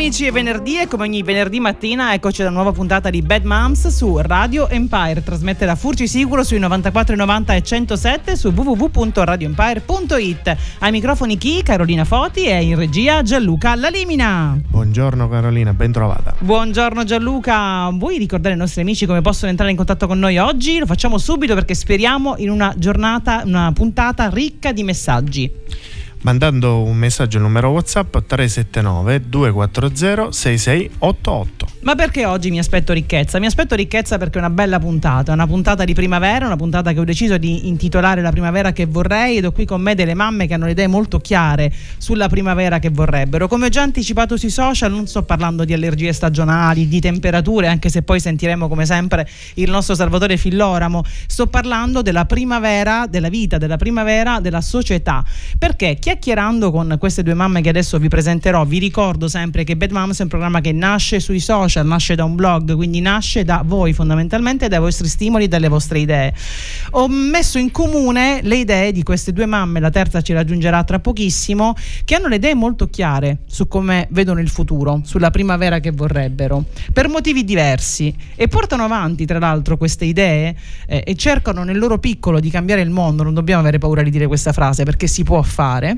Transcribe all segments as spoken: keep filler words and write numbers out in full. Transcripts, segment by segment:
amici, è venerdì e come ogni venerdì mattina eccoci alla nuova puntata di Bad Moms su Radio Empire. Trasmette da Furci Sicuro sui novantaquattro novanta e centosette su w w w punto radio empire punto i t. Ai microfoni chi? Carolina Foti e in regia Gianluca Lalimina. Buongiorno Carolina, ben trovata. Buongiorno Gianluca. Vuoi ricordare ai nostri amici come possono entrare in contatto con noi oggi? Lo facciamo subito perché speriamo in una giornata, una puntata ricca di messaggi. Mandando un messaggio al numero WhatsApp tre sette nove due quattro zero sei sei otto otto. Ma perché oggi mi aspetto ricchezza? Mi aspetto ricchezza perché è una bella puntata, una puntata di primavera, una puntata che ho deciso di intitolare La primavera che vorrei, ed ho qui con me delle mamme che hanno le idee molto chiare sulla primavera che vorrebbero. Come ho già anticipato sui social, non sto parlando di allergie stagionali, di temperature, anche se poi sentiremo come sempre il nostro Salvatore Filloramo. Sto parlando della primavera, della vita, della primavera, della società. Perché chiacchierando con queste due mamme che adesso vi presenterò, vi ricordo sempre che Bad Moms è un programma che nasce sui social, nasce da un blog, quindi nasce da voi fondamentalmente, dai vostri stimoli e dalle vostre idee. Ho messo in comune le idee di queste due mamme, la terza ci raggiungerà tra pochissimo, che hanno le idee molto chiare su come vedono il futuro, sulla primavera che vorrebbero, per motivi diversi, e portano avanti tra l'altro queste idee eh, e cercano nel loro piccolo di cambiare il mondo. Non dobbiamo avere paura di dire questa frase perché si può fare.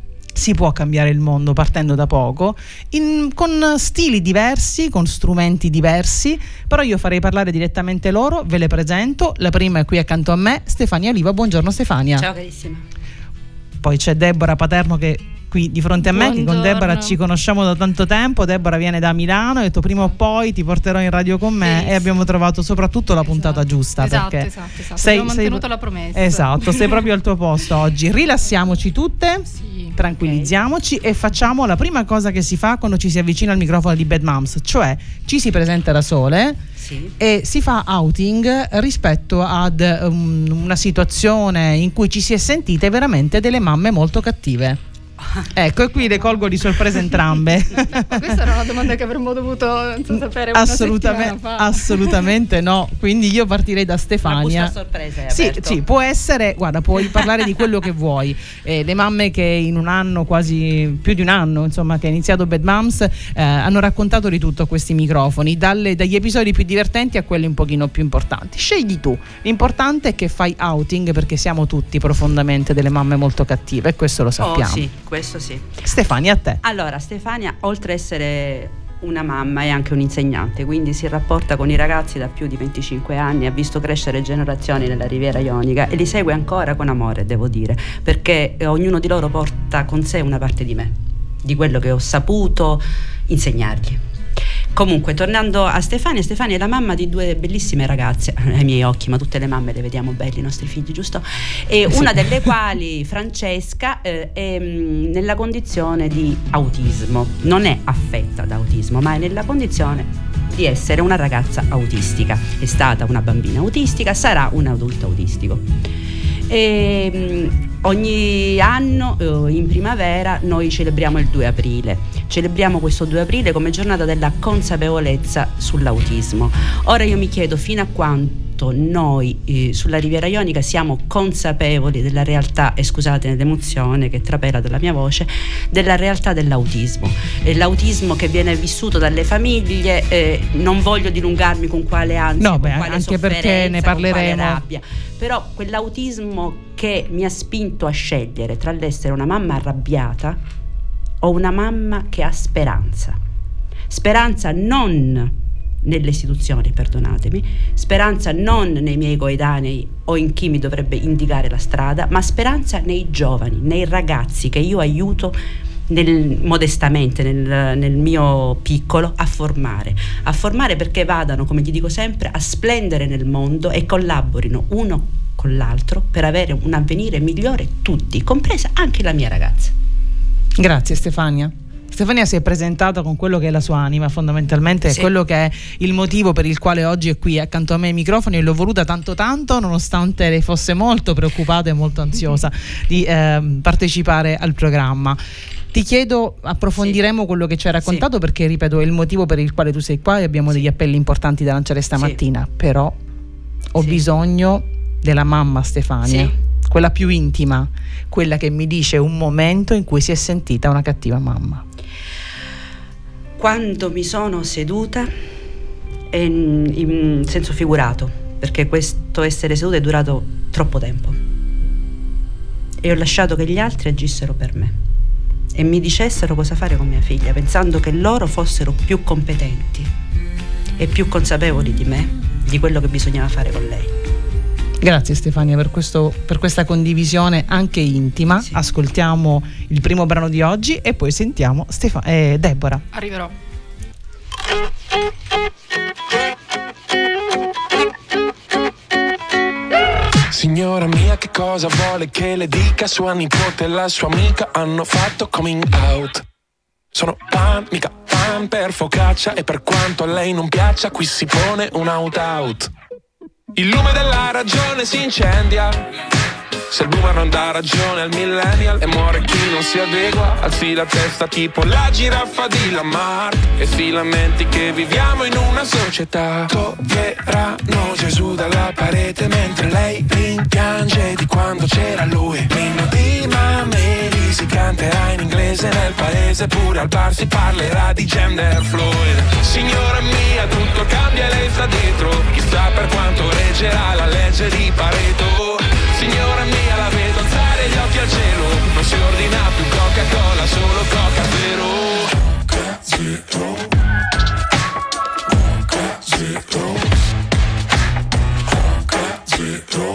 Si può cambiare il mondo partendo da poco, in, con stili diversi, con strumenti diversi, però io farei parlare direttamente loro, ve le presento. La prima è qui accanto a me, Stefania Oliva. Buongiorno Stefania. Ciao carissima. Poi c'è Deborah Paterno che qui di fronte a me, Buongiorno. che con Deborah ci conosciamo da tanto tempo. Deborah viene da Milano, ho detto prima o poi ti porterò in radio con me, sì, e abbiamo trovato soprattutto la puntata esatto. giusta, esatto, perché esatto, esatto. sei, abbiamo mantenuto sei, la promessa. Esatto, sei proprio al tuo posto oggi. Rilassiamoci tutte, sì, tranquillizziamoci, okay, e facciamo la prima cosa che si fa quando ci si avvicina al microfono di Bad Moms, cioè ci si presenta da sole, sì, e si fa outing rispetto ad um, una situazione in cui ci si è sentite veramente delle mamme molto cattive. Ecco, e qui le colgo di sorpresa entrambe. Questa era una domanda che avremmo dovuto non so, sapere una assolutamente, fa. assolutamente no. Quindi io partirei da Stefania. La busta sorpresa è sì, sì, può essere, guarda, puoi parlare di quello che vuoi. Eh, le mamme che in un anno, quasi più di un anno, insomma, che è iniziato Bad Moms, eh, hanno raccontato di tutto a questi microfoni, dalle, dagli episodi più divertenti a quelli un pochino più importanti. Scegli tu. L'importante è che fai outing, perché siamo tutti profondamente delle mamme molto cattive, e questo lo sappiamo. Oh, sì. Questo sì. Stefania, a te. Allora, Stefania, oltre a essere una mamma, è anche un insegnante, quindi si rapporta con i ragazzi da più di venticinque anni, ha visto crescere generazioni nella Riviera Ionica e li segue ancora con amore, devo dire, perché ognuno di loro porta con sé una parte di me, di quello che ho saputo insegnargli. Comunque, tornando a Stefania, Stefania è la mamma di due bellissime ragazze, ai miei occhi, ma tutte le mamme le vediamo belli, i nostri figli, giusto? E una delle quali, Francesca, eh, è mh, nella condizione di autismo, non è affetta da autismo, ma è nella condizione di essere una ragazza autistica. È stata una bambina autistica, sarà un adulto autistico. E, mh, ogni anno eh, in primavera noi celebriamo il due aprile, celebriamo questo due aprile come giornata della consapevolezza sull'autismo. Ora io mi chiedo fino a quanto noi eh, sulla Riviera Ionica siamo consapevoli della realtà, e scusate l'emozione che trapela dalla mia voce, della realtà dell'autismo, e l'autismo che viene vissuto dalle famiglie. Eh, non voglio dilungarmi con quale ansia, no, con beh, quale anche perché ne parleremo, con quale rabbia, però quell'autismo che mi ha spinto a scegliere tra l'essere una mamma arrabbiata o una mamma che ha speranza. Speranza non nelle istituzioni, perdonatemi, speranza non nei miei coetanei o in chi mi dovrebbe indicare la strada, ma speranza nei giovani, nei ragazzi che io aiuto nel, modestamente nel, nel mio piccolo a formare, a formare perché vadano, come ti dico sempre, a splendere nel mondo e collaborino uno con l'altro per avere un avvenire migliore tutti, compresa anche la mia ragazza. Grazie Stefania. Stefania si è presentata con quello che è la sua anima, fondamentalmente, sì, è quello che è il motivo per il quale oggi è qui accanto a me ai microfoni, e l'ho voluta tanto tanto nonostante lei fosse molto preoccupata e molto ansiosa di eh, partecipare al programma. Ti chiedo, approfondiremo sì. quello che ci hai raccontato, sì, perché ripeto è il motivo per il quale tu sei qua e abbiamo degli appelli importanti da lanciare stamattina, sì, però ho sì. bisogno della mamma Stefania, sì, quella più intima, quella che mi dice un momento in cui si è sentita una cattiva mamma. Quando mi sono seduta, in, in senso figurato, perché questo essere seduta è durato troppo tempo, e ho lasciato che gli altri agissero per me e mi dicessero cosa fare con mia figlia, pensando che loro fossero più competenti e più consapevoli di me, di quello che bisognava fare con lei. Grazie Stefania per, questo, per questa condivisione anche intima. Sì. Ascoltiamo il primo brano di oggi e poi sentiamo Stefa- eh, Deborah. Arriverò. Signora mia, che cosa vuole che le dica? Sua nipote e la sua amica hanno fatto coming out. Sono pan, mica pan per focaccia, e per quanto a lei non piaccia, qui si pone un out-out. Il lume della ragione si incendia se il boomer non dà ragione al millennial, e muore chi non si adegua. Alzi la testa tipo la giraffa di Lamarck e si lamenti che viviamo in una società. Toglieranno Gesù dalla parete mentre lei rimpiange di quando c'era lui. L'inno di Mameli si canterà in inglese nel paese, pure al bar si parlerà di gender fluid. Signora mia, tutto cambia e lei sta dietro, chissà per quanto reggerà la legge di Pareto. Signora mia, la vedo alzare gli occhi al cielo, non si ordina più Coca-Cola, solo Coca Zero. Coca Zero, Coca Zero, Coca Zero,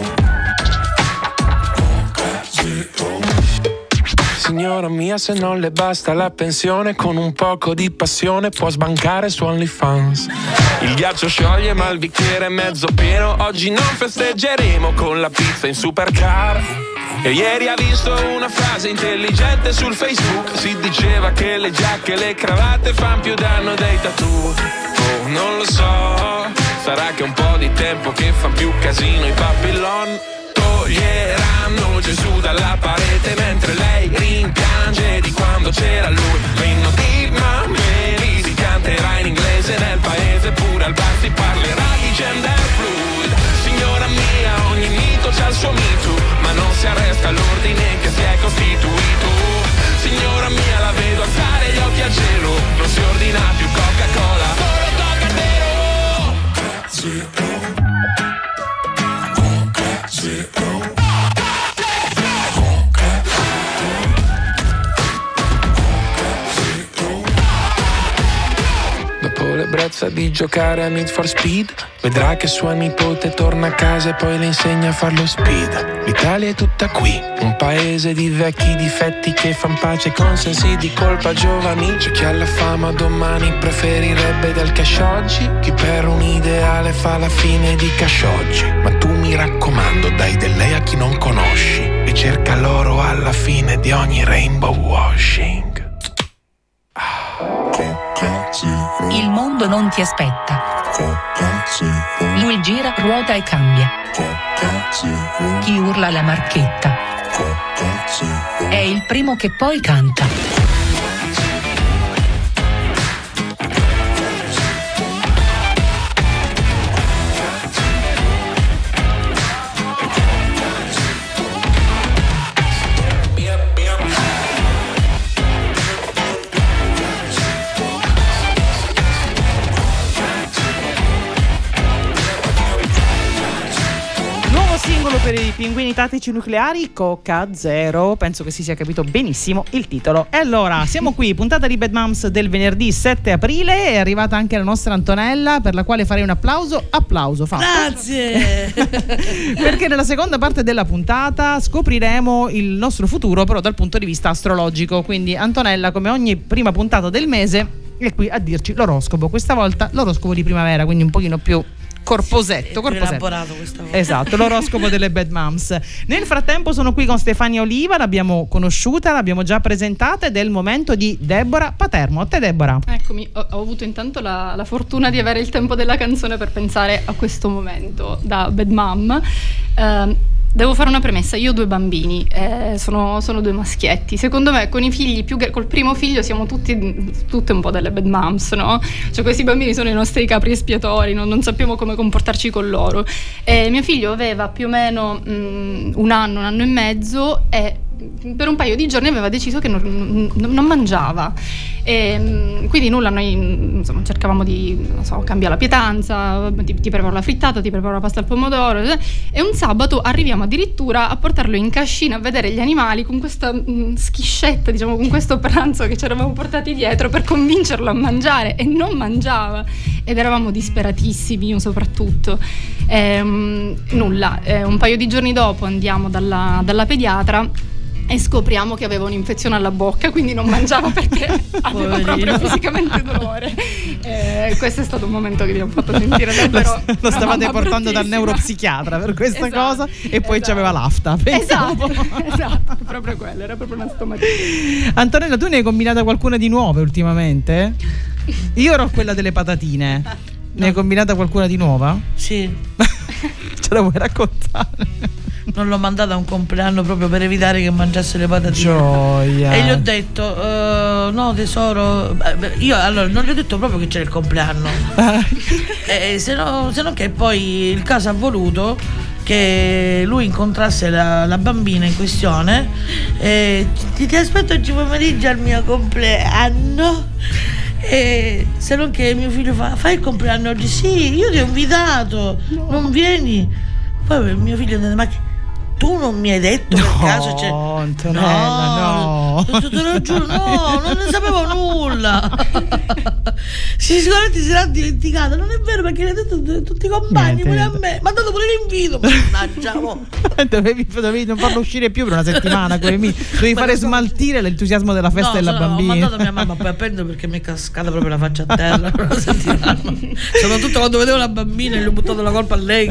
Coca Zero. Signora mia, se non le basta la pensione, con un poco di passione può sbancare su OnlyFans. Il ghiaccio scioglie ma il bicchiere è mezzo pieno, oggi non festeggeremo con la pizza in supercar. E ieri ha visto una frase intelligente sul Facebook, si diceva che le giacche e le cravatte fan più danno dei tattoo. Oh, non lo so, sarà che un po' di tempo che fan più casino i Babylon. Toglieranno Gesù dalla parete mentre lei rimpiange di quando c'era lui. L'inno di Mameli si canterà in inglese nel paese, pure al bar si parlerà di gender fluid. Signora mia, ogni mito c'ha il suo mito, ma non si arresta l'ordine che si è costituito. Signora mia, la vedo alzare gli occhi al cielo, non si ordina più Coca-Cola, solo Coca Zero. Coca Zero, Coca Zero. L'ebbrezza di giocare a Need for Speed, vedrà che sua nipote torna a casa e poi le insegna a far lo speed. L'Italia è tutta qui, un paese di vecchi difetti che fan pace con sensi di colpa giovani. C'è chi ha la fama domani preferirebbe del cash oggi, chi per un ideale fa la fine di cash oggi. Ma tu mi raccomando dai del lei a chi non conosci e cerca l'oro alla fine di ogni rainbow washing. Il mondo non ti aspetta. Lui gira, ruota e cambia. Chi urla la marchetta è il primo che poi canta. Per i pinguini tattici nucleari, Coca Zero, penso che si sia capito benissimo il titolo. E allora, siamo qui, puntata di Bad Moms del venerdì sette aprile, è arrivata anche la nostra Antonella, per la quale farei un applauso, applauso fatto. Grazie! Perché nella seconda parte della puntata scopriremo il nostro futuro, però dal punto di vista astrologico, quindi Antonella, come ogni prima puntata del mese, è qui a dirci l'oroscopo, questa volta l'oroscopo di primavera, quindi un pochino più corposetto, corposetto. Elaborato questa volta. Esatto, l'oroscopo delle Bad Moms. Nel frattempo sono qui con Stefania Oliva, l'abbiamo conosciuta, l'abbiamo già presentata ed è il momento di Deborah Patermo. A te Deborah. Eccomi, ho, ho avuto intanto la, la fortuna di avere il tempo della canzone per pensare a questo momento da Bad Mom. Uh, Devo fare una premessa, io ho due bambini, eh, sono, sono due maschietti. Secondo me con i figli, più che col primo figlio siamo tutti, tutte un po' delle bad moms, no? Cioè questi bambini sono i nostri capri espiatori, non, non sappiamo come comportarci con loro. E mio figlio aveva più o meno mh, un anno, un anno e mezzo e per un paio di giorni aveva deciso che non, non, non mangiava, e quindi nulla, noi insomma cercavamo di, non so, cambiare la pietanza, ti, ti preparo la frittata, ti preparo la pasta al pomodoro, e un sabato arriviamo addirittura a portarlo in cascina a vedere gli animali con questa mh, schiscetta, diciamo, con questo pranzo che ci eravamo portati dietro per convincerlo a mangiare, e non mangiava, ed eravamo disperatissimi, io soprattutto. Ehm, nulla, eh, un paio di giorni dopo andiamo dalla, dalla pediatra e scopriamo che aveva un'infezione alla bocca, quindi non mangiava perché aveva proprio fisicamente dolore. Eh, questo è stato un momento che vi ho fatto sentire davvero. Lo, lo stavate portando dal neuropsichiatra per questa esatto, cosa, e poi esatto. c'aveva l'afta. Esatto, esatto, proprio quello, era proprio una stomatina. Antonella, tu ne hai combinata qualcuna di nuove ultimamente? Io ero quella delle patatine. Ne No. hai combinata qualcuna di nuova? Sì. Ce la vuoi raccontare? Non l'ho mandata a un compleanno proprio per evitare che mangiasse le patatine. Gioia. E gli ho detto uh, no tesoro, io allora non gli ho detto proprio che c'era il compleanno. E se no, se no che poi il caso ha voluto che lui incontrasse la, la bambina in questione, e ti, ti aspetto oggi pomeriggio al mio compleanno. E se non che mio figlio fa: fai il compleanno oggi? Sì, io ti ho invitato, no. Non vieni. Poi mio figlio dice: ma che, tu non mi hai detto per no, caso c'è... Antonella, no, no. Te, te lo giuro, no, non ne sapevo nulla. Sì, sicuramente si era dimenticato. Non è vero, perché l'hai detto a tutti i compagni, pure a me. Ma ha dato pure l'invito. Mannaggia, dovevi, dovevi non farlo uscire più per una settimana. Dovevi fare smaltire l'entusiasmo della festa, no, della sono, bambina. Ho mandato mia mamma poi a prendere perché mi è cascata proprio la faccia a terra per una settimana. Soprattutto quando vedevo la bambina e gli ho buttato la colpa a lei.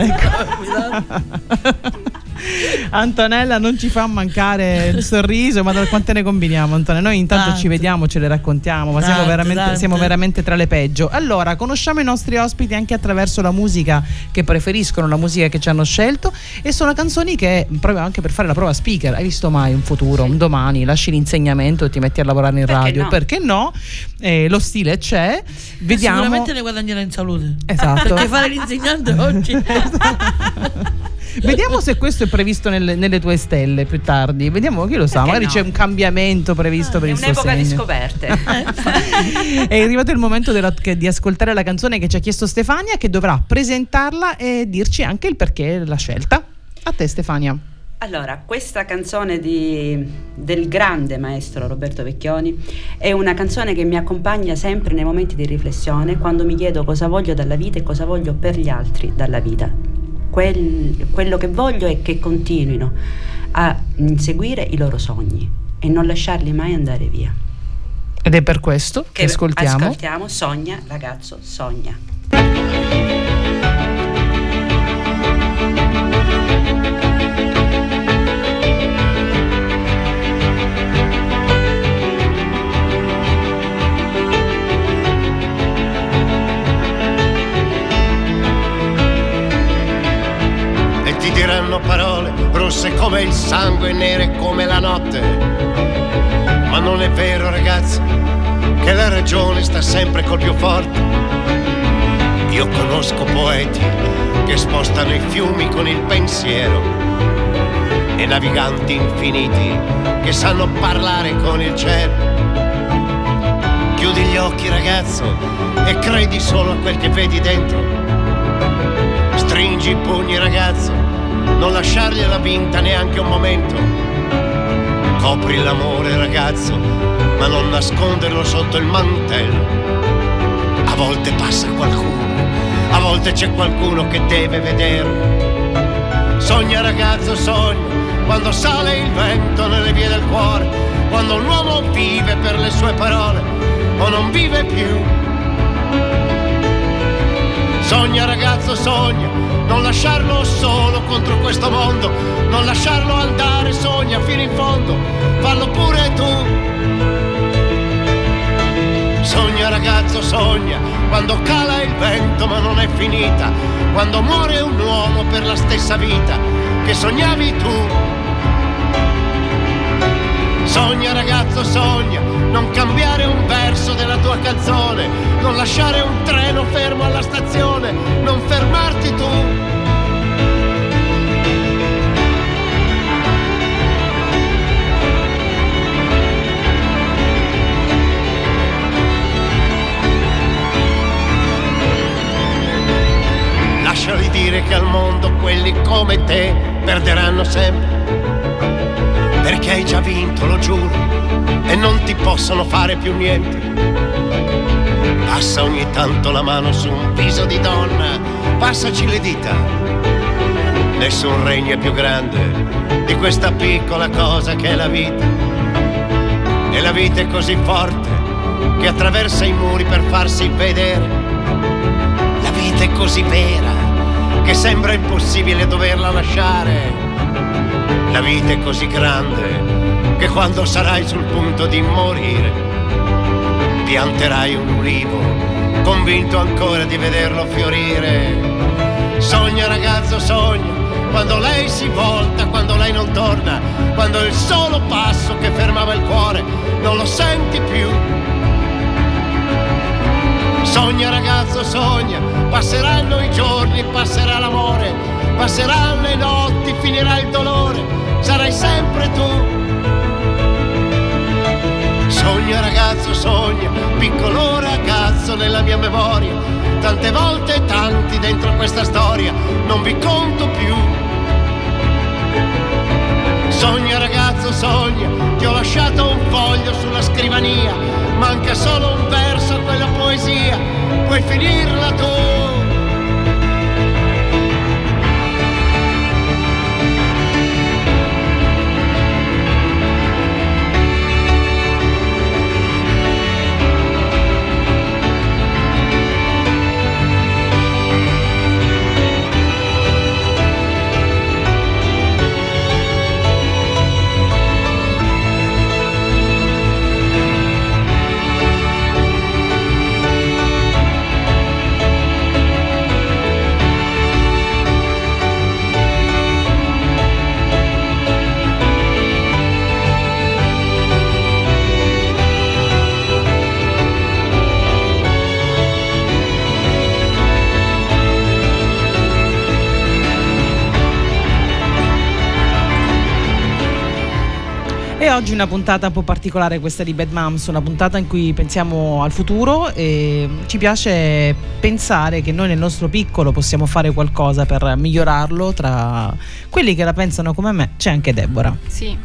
Antonella, non ci fa mancare il sorriso. Ma da quante ne combiniamo, Antonella? Noi intanto tante. Ci vediamo, ce le raccontiamo, ma tante, siamo, veramente, siamo veramente tra le peggio. Allora, conosciamo i nostri ospiti anche attraverso la musica che preferiscono, la musica che ci hanno scelto, e sono canzoni che, proprio anche per fare la prova speaker, hai visto mai un futuro, un domani, lasci l'insegnamento e ti metti a lavorare in perché radio? No? Perché no? Eh, lo stile c'è, vediamo. Sicuramente ne guadagnerà in salute. Esatto. Perché fare l'insegnante oggi Vediamo se questo è previsto nelle, nelle tue stelle più tardi. Vediamo, chi lo sa, magari no? C'è un cambiamento previsto ah, per il suo segno. È un'epoca di scoperte. È arrivato il momento della, che, di ascoltare la canzone che ci ha chiesto Stefania, che dovrà presentarla e dirci anche il perché della scelta. A te, Stefania. Allora, questa canzone di, del grande maestro Roberto Vecchioni è una canzone che mi accompagna sempre nei momenti di riflessione, quando mi chiedo cosa voglio dalla vita e cosa voglio per gli altri dalla vita. Quel, quello che voglio è che continuino a inseguire i loro sogni e non lasciarli mai andare via. Ed è per questo che, che ascoltiamo. Ascoltiamo Sogna, ragazzo, sogna. Diranno parole rosse come il sangue e nere come la notte, ma non è vero, ragazzi, che la ragione sta sempre col più forte. Io conosco poeti che spostano i fiumi con il pensiero e naviganti infiniti che sanno parlare con il cielo. Chiudi gli occhi, ragazzo, e credi solo a quel che vedi dentro. Stringi i pugni, ragazzo, non lasciargliela vinta neanche un momento. Copri l'amore, ragazzo, ma non nasconderlo sotto il mantello. A volte passa qualcuno, a volte c'è qualcuno che deve vederlo. Sogna, ragazzo, sogna, quando sale il vento nelle vie del cuore, quando un uomo vive per le sue parole o non vive più. Sogna, ragazzo, sogna, non lasciarlo solo contro questo mondo, non lasciarlo andare, sogna fino in fondo, fallo pure tu. Sogna, ragazzo, sogna, quando cala il vento ma non è finita, quando muore un uomo per la stessa vita che sognavi tu. Sogna, ragazzo, sogna, non cambiare un verso della tua canzone, non lasciare un treno fermo alla stazione, non fermarti tu. dire che al mondo quelli come te perderanno sempre, perché hai già vinto, lo giuro, e non ti possono fare più niente. Passa ogni tanto la mano su un viso di donna, passaci le dita. Nessun regno è più grande di questa piccola cosa che è la vita. E la vita è così forte che attraversa i muri per farsi vedere. La vita è così vera che sembra impossibile doverla lasciare. La vita è così grande che quando sarai sul punto di morire pianterai un ulivo, convinto ancora di vederlo fiorire. Sogna ragazzo, sogna, quando lei si volta, quando lei non torna, quando il solo passo che fermava il cuore non lo senti più. Sogna ragazzo, sogna, passeranno i giorni, passerà l'amore, passeranno le notti, finirà il dolore, sarai sempre tu. Sogna ragazzo, sogna, piccolo ragazzo nella mia memoria, tante volte e tanti dentro questa storia, non vi conto più. Sogna ragazzo, sogna, ti ho lasciato un foglio sulla scrivania, manca solo un verso a quella poesia, puoi finirla tu. E oggi una puntata un po' particolare, questa di Bad Moms, una puntata in cui pensiamo al futuro e ci piace pensare che noi nel nostro piccolo possiamo fare qualcosa per migliorarlo. Tra quelli che la pensano come me c'è anche Deborah. Sì.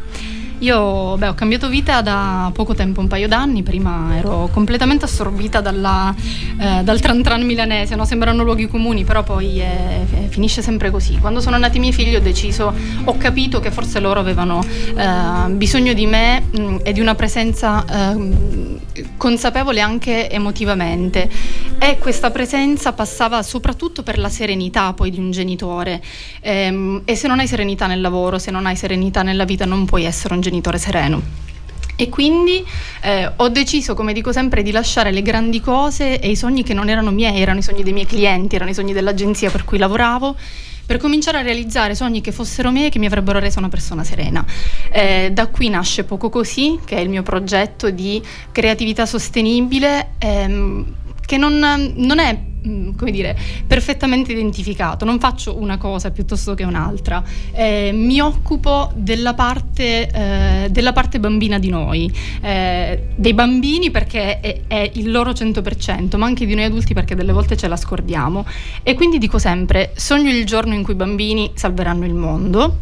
Io beh, ho cambiato vita da poco tempo, un paio d'anni. Prima ero completamente assorbita dalla, eh, dal tran tran milanese, no? Sembrano luoghi comuni, però poi eh, finisce sempre così. Quando sono nati i miei figli ho deciso, ho capito che forse loro avevano eh, bisogno di me mh, e di una presenza eh, consapevole anche emotivamente, e questa presenza passava soprattutto per la serenità poi di un genitore, ehm, e se non hai serenità nel lavoro, se non hai serenità nella vita, non puoi essere un genitore sereno. E quindi eh, ho deciso, come dico sempre, di lasciare le grandi cose e i sogni che non erano miei, erano i sogni dei miei clienti, erano i sogni dell'agenzia per cui lavoravo, per cominciare a realizzare sogni che fossero miei e che mi avrebbero reso una persona serena. Eh, da qui nasce Poco Così, che è il mio progetto di creatività sostenibile, ehm, che non, non è, come dire, perfettamente identificato. Non faccio una cosa piuttosto che un'altra. Eh, mi occupo della parte, eh, della parte bambina di noi, eh, dei bambini perché è, è il loro cento per cento, ma anche di noi adulti perché delle volte ce la scordiamo. E quindi dico sempre, sogno il giorno in cui i bambini salveranno il mondo.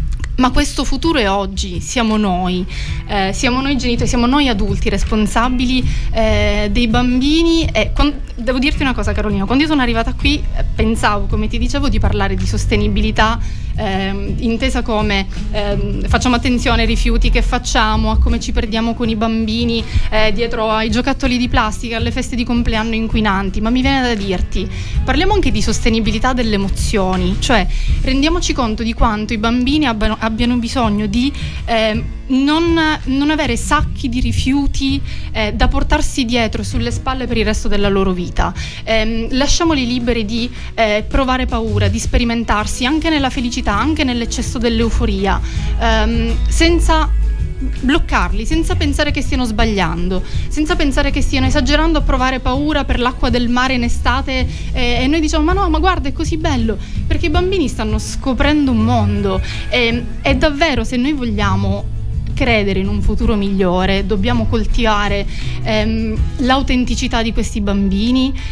Ma questo futuro è oggi, siamo noi, eh, siamo noi genitori, siamo noi adulti responsabili eh, dei bambini. E quando, devo dirti una cosa, Carolina, quando io sono arrivata qui eh, pensavo, come ti dicevo, di parlare di sostenibilità eh, intesa come eh, facciamo attenzione ai rifiuti che facciamo, a come ci perdiamo con i bambini eh, dietro ai giocattoli di plastica, alle feste di compleanno inquinanti, ma mi viene da dirti, parliamo anche di sostenibilità delle emozioni, cioè rendiamoci conto di quanto i bambini abbiano, abbiano bisogno di eh, non, non avere sacchi di rifiuti eh, da portarsi dietro sulle spalle per il resto della loro vita. Eh, lasciamoli liberi di eh, provare paura, di sperimentarsi anche nella felicità, anche nell'eccesso dell'euforia, ehm, senza bloccarli, senza pensare che stiano sbagliando, senza pensare che stiano esagerando a provare paura per l'acqua del mare in estate, eh, e noi diciamo ma no, ma guarda, è così bello, perché i bambini stanno scoprendo un mondo e, e davvero, se noi vogliamo credere in un futuro migliore, dobbiamo coltivare ehm, l'autenticità di questi bambini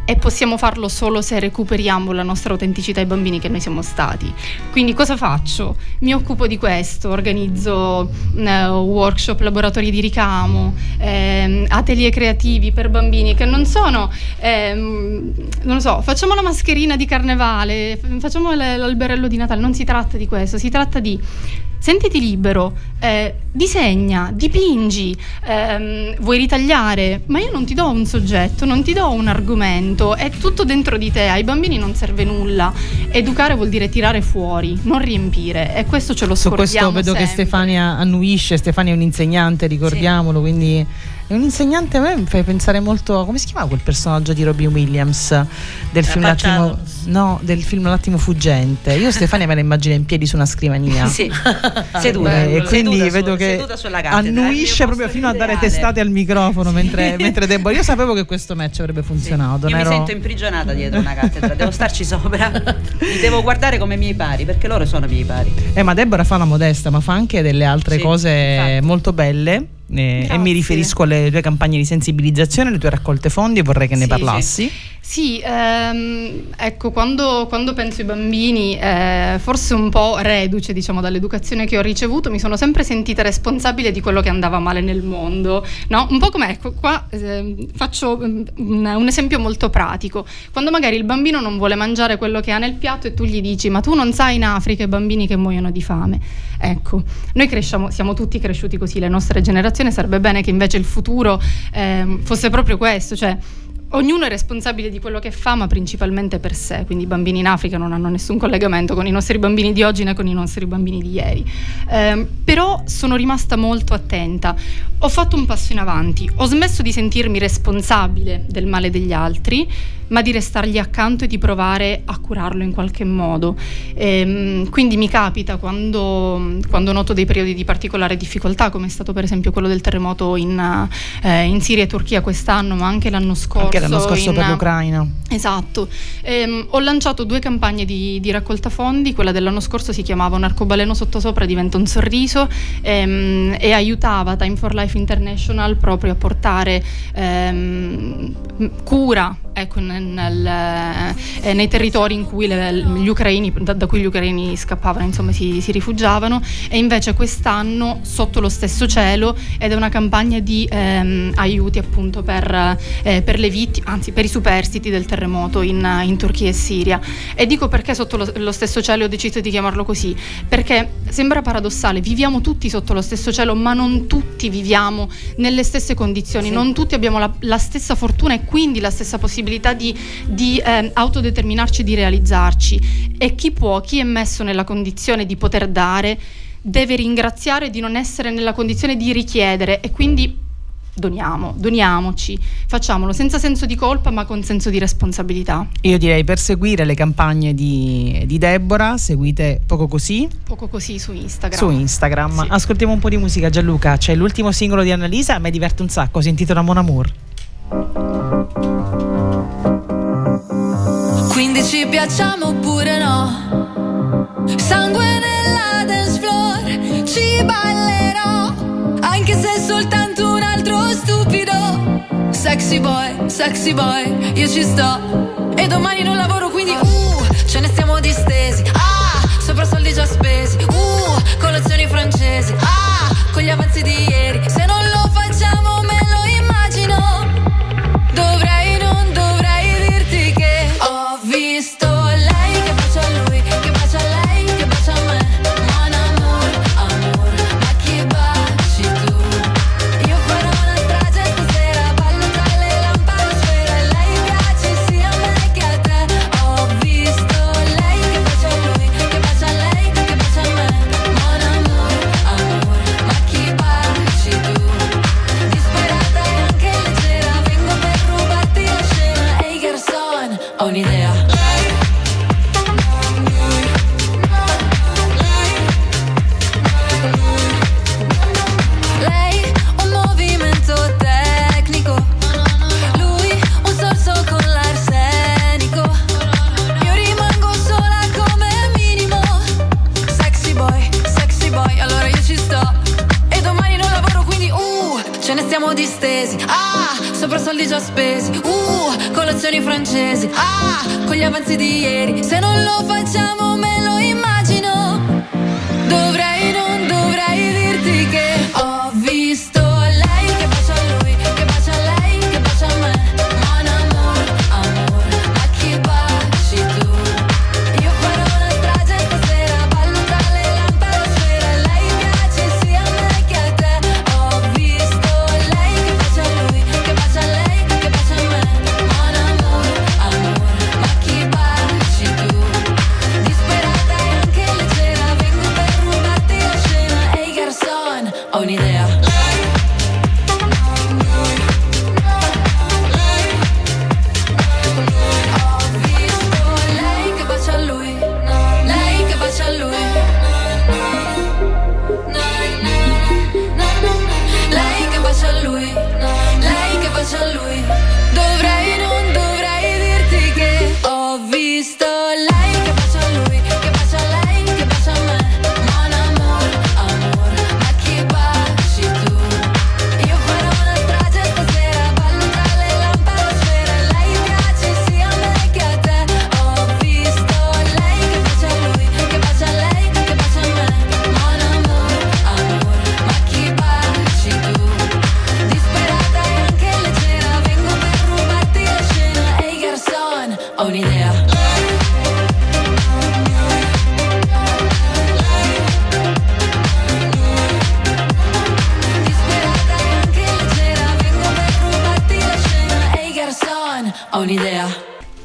e possiamo farlo solo se recuperiamo la nostra autenticità ai bambini che noi siamo stati. Quindi cosa faccio? Mi occupo di questo, organizzo eh, workshop, laboratori di ricamo, eh, atelier creativi per bambini che non sono, eh, non lo so, facciamo la mascherina di carnevale, facciamo l'alberello di Natale, non si tratta di questo, si tratta di sentiti libero, eh, disegna, dipingi, ehm, vuoi ritagliare, ma io non ti do un soggetto, non ti do un argomento, è tutto dentro di te, ai bambini non serve nulla, educare vuol dire tirare fuori, non riempire, e questo ce lo scordiamo. Su questo vedo sempre. che Stefania annuisce, Stefania è un'insegnante, ricordiamolo, sì. Quindi è un insegnante, a me mi fai pensare molto, come si chiama quel personaggio di Robin Williams del film L'attimo, no, del film L'attimo fuggente. Io Stefania me la immagino in piedi su una scrivania. Sì, seduta, e quindi seduta vedo su, che cattedra, annuisce proprio fino ideale. A dare testate al microfono mentre, mentre Deborah. Io sapevo che questo match avrebbe funzionato. Sì. Io ero... mi sento imprigionata dietro una cattedra, devo starci sopra, mi devo guardare come miei pari, perché loro sono miei pari. Eh, ma Deborah fa la modesta, ma fa anche delle altre sì, cose infatti. Molto belle. Eh, e mi riferisco alle tue campagne di sensibilizzazione, alle tue raccolte fondi, e vorrei che ne sì, parlassi. Sì, sì ehm, ecco, quando, quando penso ai bambini, eh, forse un po' reduce, diciamo, dall'educazione che ho ricevuto, mi sono sempre sentita responsabile di quello che andava male nel mondo, no? Un po' come, ecco, qua eh, faccio un, un esempio molto pratico. Quando magari il bambino non vuole mangiare quello che ha nel piatto e tu gli dici: ma tu non sai in Africa i bambini che muoiono di fame. Ecco, noi cresciamo, siamo tutti cresciuti così, le nostre generazioni. Sarebbe bene che invece il futuro eh, fosse proprio questo, cioè ognuno è responsabile di quello che fa, ma principalmente per sé. Quindi i bambini in Africa non hanno nessun collegamento con i nostri bambini di oggi né con i nostri bambini di ieri. Eh, però sono rimasta molto attenta, ho fatto un passo in avanti, ho smesso di sentirmi responsabile del male degli altri, ma di restargli accanto e di provare a curarlo in qualche modo. E, quindi mi capita quando, quando noto dei periodi di particolare difficoltà, come è stato per esempio quello del terremoto in, eh, in Siria e Turchia quest'anno, ma anche l'anno scorso. Anche l'anno scorso in, per l'Ucraina. Esatto. E, ho lanciato due campagne di, di raccolta fondi. Quella dell'anno scorso si chiamava Un arcobaleno sottosopra diventa un sorriso, e, e aiutava Time for Life International proprio a portare ehm, cura, ecco, nel, eh, nei territori in cui le, gli ucraini, da, da cui gli ucraini scappavano, insomma, si, si rifugiavano. E invece quest'anno Sotto lo stesso cielo, ed è una campagna di ehm, aiuti appunto per, eh, per le vittime, anzi per i superstiti del terremoto in, in Turchia e Siria. E dico perché Sotto lo, lo stesso cielo ho deciso di chiamarlo così, perché sembra paradossale, viviamo tutti sotto lo stesso cielo, ma non tutti viviamo nelle stesse condizioni, sì. Non tutti abbiamo la, la stessa fortuna e quindi la stessa possibilità di, di eh, autodeterminarci, di realizzarci. E chi può, chi è messo nella condizione di poter dare, deve ringraziare di non essere nella condizione di richiedere, e quindi doniamo, doniamoci, facciamolo senza senso di colpa ma con senso di responsabilità. Io direi, per seguire le campagne di, di Deborah, seguite Poco Così Poco Così su Instagram. Su Instagram. Sì. Ascoltiamo un po' di musica. Gianluca, c'è l'ultimo singolo di Annalisa, a me diverte un sacco, si intitola Mon Amour. Quindi ci piacciamo oppure no? Sangue nella dance floor, ci ballerò, anche se è soltanto un altro stupido. Sexy boy, sexy boy, io ci sto. E domani non lavoro, quindi uh, ce ne stiamo distesi. Ah, sopra soldi già spesi. Uh, colazioni francesi. Ah, con gli avanzi di ieri. Se non lo facciamo me lo immagino. Dovrei, non dovrei dirti che ho visto lei che bacia a lui, che bacia a lei, che bacia a me. Mon amour, amor, ma chi baci tu? Io farò una strage stasera, ballo tra le lampade e lei piace sia a me che a te. Ho visto lei che bacia a lui, che bacia a lei, che bacia a me. Mon amour, amor, ma chi baci tu? Disperata e anche leggera, vengo per rubarti la scena. Ehi garçon, ho un'idea. Lei un movimento tecnico, lui un sorso con l'arsenico. Io rimango sola come minimo. Sexy boy, sexy boy, allora io ci sto. E domani non lavoro, quindi uh, ce ne stiamo distesi. Ah, sopra soldi già spesi. Uh, con colazioni francesi, ah, con gli avanzi di ieri. Se non lo facciamo me lo immagino. Dovrei, non dovrei dirti che ho visto lei che bacia a lui, che bacia a lei, che bacia a me. Mon amour, amor, ma chi baci tu? Io farò una strage stasera, ballo tra le lampade a sfera. Lei piace sia a me che a te. Ho visto lei che bacia a lui, che bacia a lei, che bacia a me. Mon amour, amor, ma chi baci tu? Disperata e anche leggera, vengo per rubarti la scena. Ehi garçon, ho un'idea. Ho visto lei che bacia a lui, lei che bacia a lui. Lei che bacia a lui, lei che bacia a lui. Dovrei, non dovrei dirti che ho visto lei che bacia a lui, che bacia a lei, che bacia a me. Mon amour, amor, ma chi baci tu? Io farò una strage stasera, ballo tra le lampade a sfera. Lei piace sia a me che a te. Ho visto lei che bacia a lui, che bacia a lei, che bacia a me. Mon amour, amor, ma chi baci tu? Disperata e anche leggera, vengo per rubarti la scena. Ehi garçon, ho un'idea. Disperata e anche leggera, vengo per rubarti la scena. Ehi garçon, ho un'idea.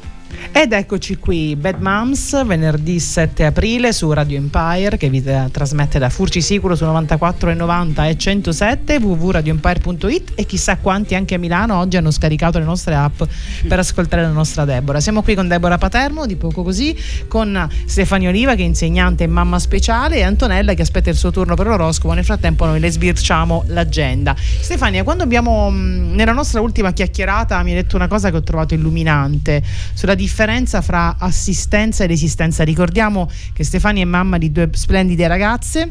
Ed eccoci qui, Bad Moms, venerdì sette aprile su Radio Empire, che vi eh, trasmette da Furci Sicuro su novantaquattro e novanta e centosette, w w w punto radio empire punto i t, e chissà quanti anche a Milano oggi hanno scaricato le nostre app per ascoltare la nostra Deborah. Siamo qui con Deborah Patermo, di Poco Così, con Stefania Oliva, che è insegnante e mamma speciale, e Antonella, che aspetta il suo turno per l'oroscopo. Nel frattempo noi le sbirciamo l'agenda. Stefania, quando abbiamo mh, nella nostra ultima chiacchierata mi hai detto una cosa che ho trovato illuminante sulla differenza fra assistenza ed esistenza. Ricordiamo che Stefania è mamma di due splendide ragazze,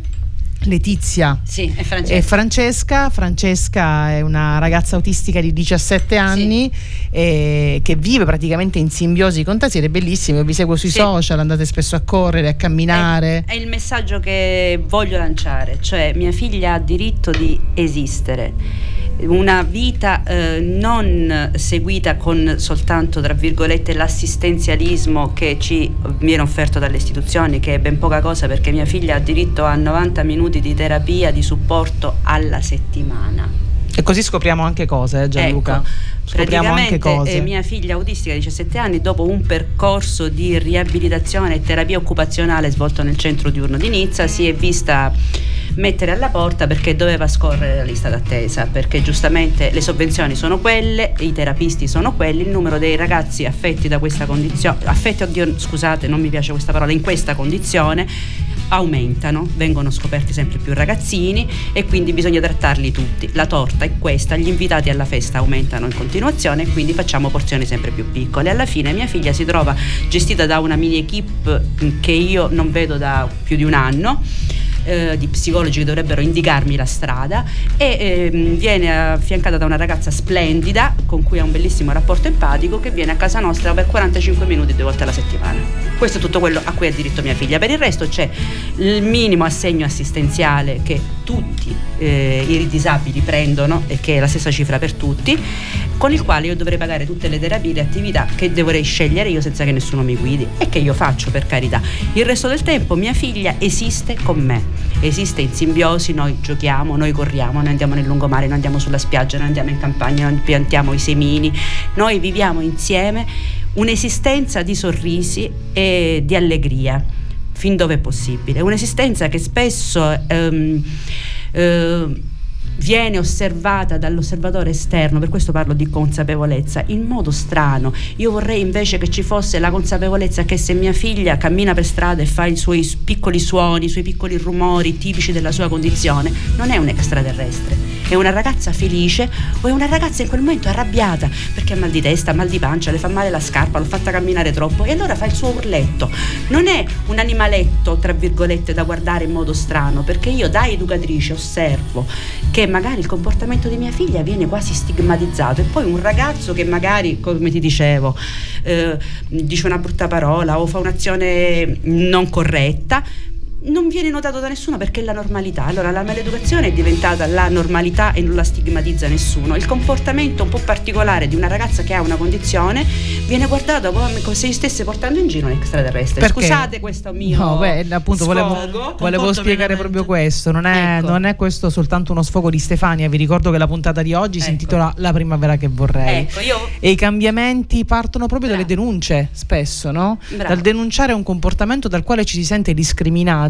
Letizia Sì, è Francesca. e Francesca. Francesca è una ragazza autistica di diciassette anni, sì, eh, che vive praticamente in simbiosi con te. Siete bellissimi, io vi seguo sui, sì, social, andate spesso a correre, a camminare. È, è il messaggio che voglio lanciare, cioè mia figlia ha diritto di esistere. Una vita eh, non seguita con soltanto, tra virgolette, l'assistenzialismo che ci viene offerto dalle istituzioni, che è ben poca cosa, perché mia figlia ha diritto a novanta minuti di terapia, di supporto alla settimana. E così scopriamo anche cose, eh, Gianluca. Ecco, scopriamo anche cose. Eh, mia figlia autistica di diciassette anni, dopo un percorso di riabilitazione e terapia occupazionale svolto nel centro diurno di Nizza, si è vista mettere alla porta perché doveva scorrere la lista d'attesa, perché giustamente le sovvenzioni sono quelle, i terapisti sono quelli, il numero dei ragazzi affetti da questa condizione, affetti, oddio, scusate, non mi piace questa parola, in questa condizione aumentano, vengono scoperti sempre più ragazzini e quindi bisogna trattarli tutti. La torta è questa, gli invitati alla festa aumentano in continuazione e quindi facciamo porzioni sempre più piccole. Alla fine mia figlia si trova gestita da una mini equipe che io non vedo da più di un anno, Eh, di psicologi che dovrebbero indicarmi la strada, e eh, viene affiancata da una ragazza splendida con cui ha un bellissimo rapporto empatico, che viene a casa nostra per quarantacinque minuti due volte alla settimana. Questo è tutto quello a cui ha diritto mia figlia. Per il resto c'è il minimo assegno assistenziale che tutti eh, i disabili prendono, e che è la stessa cifra per tutti, con il quale io dovrei pagare tutte le terapie, le attività che dovrei scegliere io senza che nessuno mi guidi, e che io faccio, per carità. Il resto del tempo mia figlia esiste con me, esiste in simbiosi, noi giochiamo, noi corriamo, noi andiamo nel lungomare, noi andiamo sulla spiaggia, noi andiamo in campagna, noi piantiamo i semini, noi viviamo insieme un'esistenza di sorrisi e di allegria fin dove è possibile, un'esistenza che spesso ehm, eh, viene osservata dall'osservatore esterno, per questo parlo di consapevolezza, in modo strano. Io vorrei invece che ci fosse la consapevolezza che se mia figlia cammina per strada e fa i suoi piccoli suoni, i suoi piccoli rumori tipici della sua condizione, non è un extraterrestre, È una ragazza felice o è una ragazza in quel momento arrabbiata perché ha mal di testa, mal di pancia, le fa male la scarpa, l'ho fatta camminare troppo, e allora fa il suo urletto. Non è un animaletto tra virgolette da guardare in modo strano, perché io da educatrice osservo che magari il comportamento di mia figlia viene quasi stigmatizzato, e poi un ragazzo che magari, come ti dicevo, eh, dice una brutta parola o fa un'azione non corretta, non viene notato da nessuno perché è la normalità. Allora la maleducazione è diventata la normalità e non la stigmatizza nessuno. Il comportamento un po' particolare di una ragazza che ha una condizione viene guardato come se gli stesse portando in giro un extraterrestre. Perché? Scusate questo mio no, beh, appunto volevo, sfogo. volevo spiegare proprio questo. Non è, ecco. non è questo soltanto uno sfogo di Stefania. Vi ricordo che la puntata di oggi ecco. si intitola La primavera che vorrei. Ecco, io... E i cambiamenti partono proprio dalle denunce, spesso, no? Bravo. Dal denunciare un comportamento dal quale ci si sente discriminati.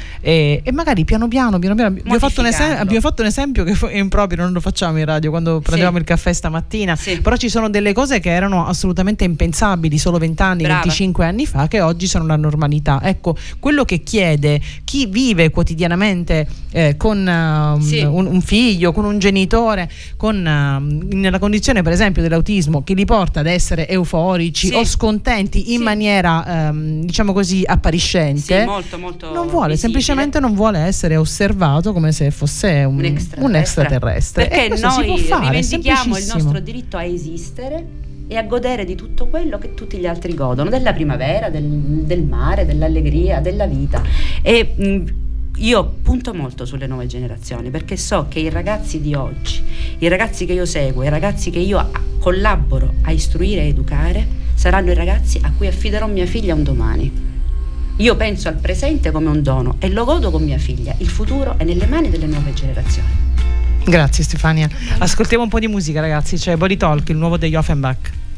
E, e magari piano piano, piano, piano abbiamo, fatto un esempio, abbiamo fatto un esempio che è improprio, non lo facciamo in radio quando prendevamo sì. il caffè stamattina, sì. però ci sono delle cose che erano assolutamente impensabili solo vent'anni, venticinque anni fa, che oggi sono la normalità. Ecco, quello che chiede chi vive quotidianamente eh, con uh, sì. un, un figlio, con un genitore, con uh, nella condizione per esempio dell'autismo, che li porta ad essere euforici sì. o scontenti in sì. maniera um, diciamo così appariscente, sì, molto, molto non vuole, semplicemente non vuole essere osservato come se fosse un, un extraterrestre, un extraterrestre. Perché e noi si può fare, rivendichiamo il nostro diritto a esistere e a godere di tutto quello che tutti gli altri godono, della primavera, del, del mare, dell'allegria, della vita. E mh, io punto molto sulle nuove generazioni, perché so che i ragazzi di oggi, i ragazzi che io seguo, i ragazzi che io collaboro a istruire e educare, saranno i ragazzi a cui affiderò mia figlia un domani. Io penso al presente come un dono e lo godo con mia figlia. Il futuro è nelle mani delle nuove generazioni. Grazie Stefania. Ascoltiamo un po' di musica, ragazzi. C'è Body Talk, il nuovo degli Offenbach.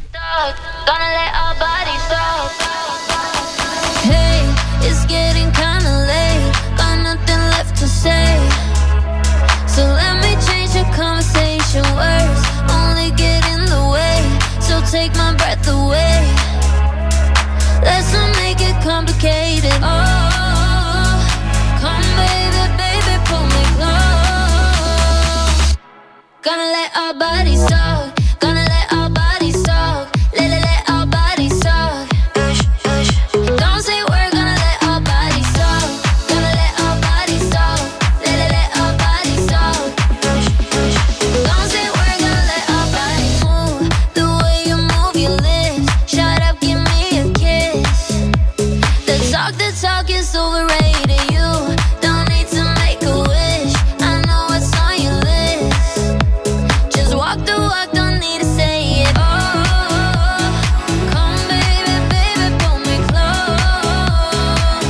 Hey, it's getting kinda late. Got nothing left to say. So let me change the conversation. Words only get in the way. So take my breath away. Let's not make it complicated. Oh, come baby, baby, pull me close. Gonna let our bodies talk. Gonna let our bodies talk. Let, let, let our bodies talk. Don't say we're gonna let our bodies talk. Gonna let our bodies talk. Let, let, let our bodies talk. Don't say we're gonna let our bodies move. The way you move your lips. Shut up, give me a kiss. The talk, the talk is overrated. You don't need to make a wish. I know what's on your list. Just walk the walk, don't need to say it. Oh, come baby, baby, pull me close.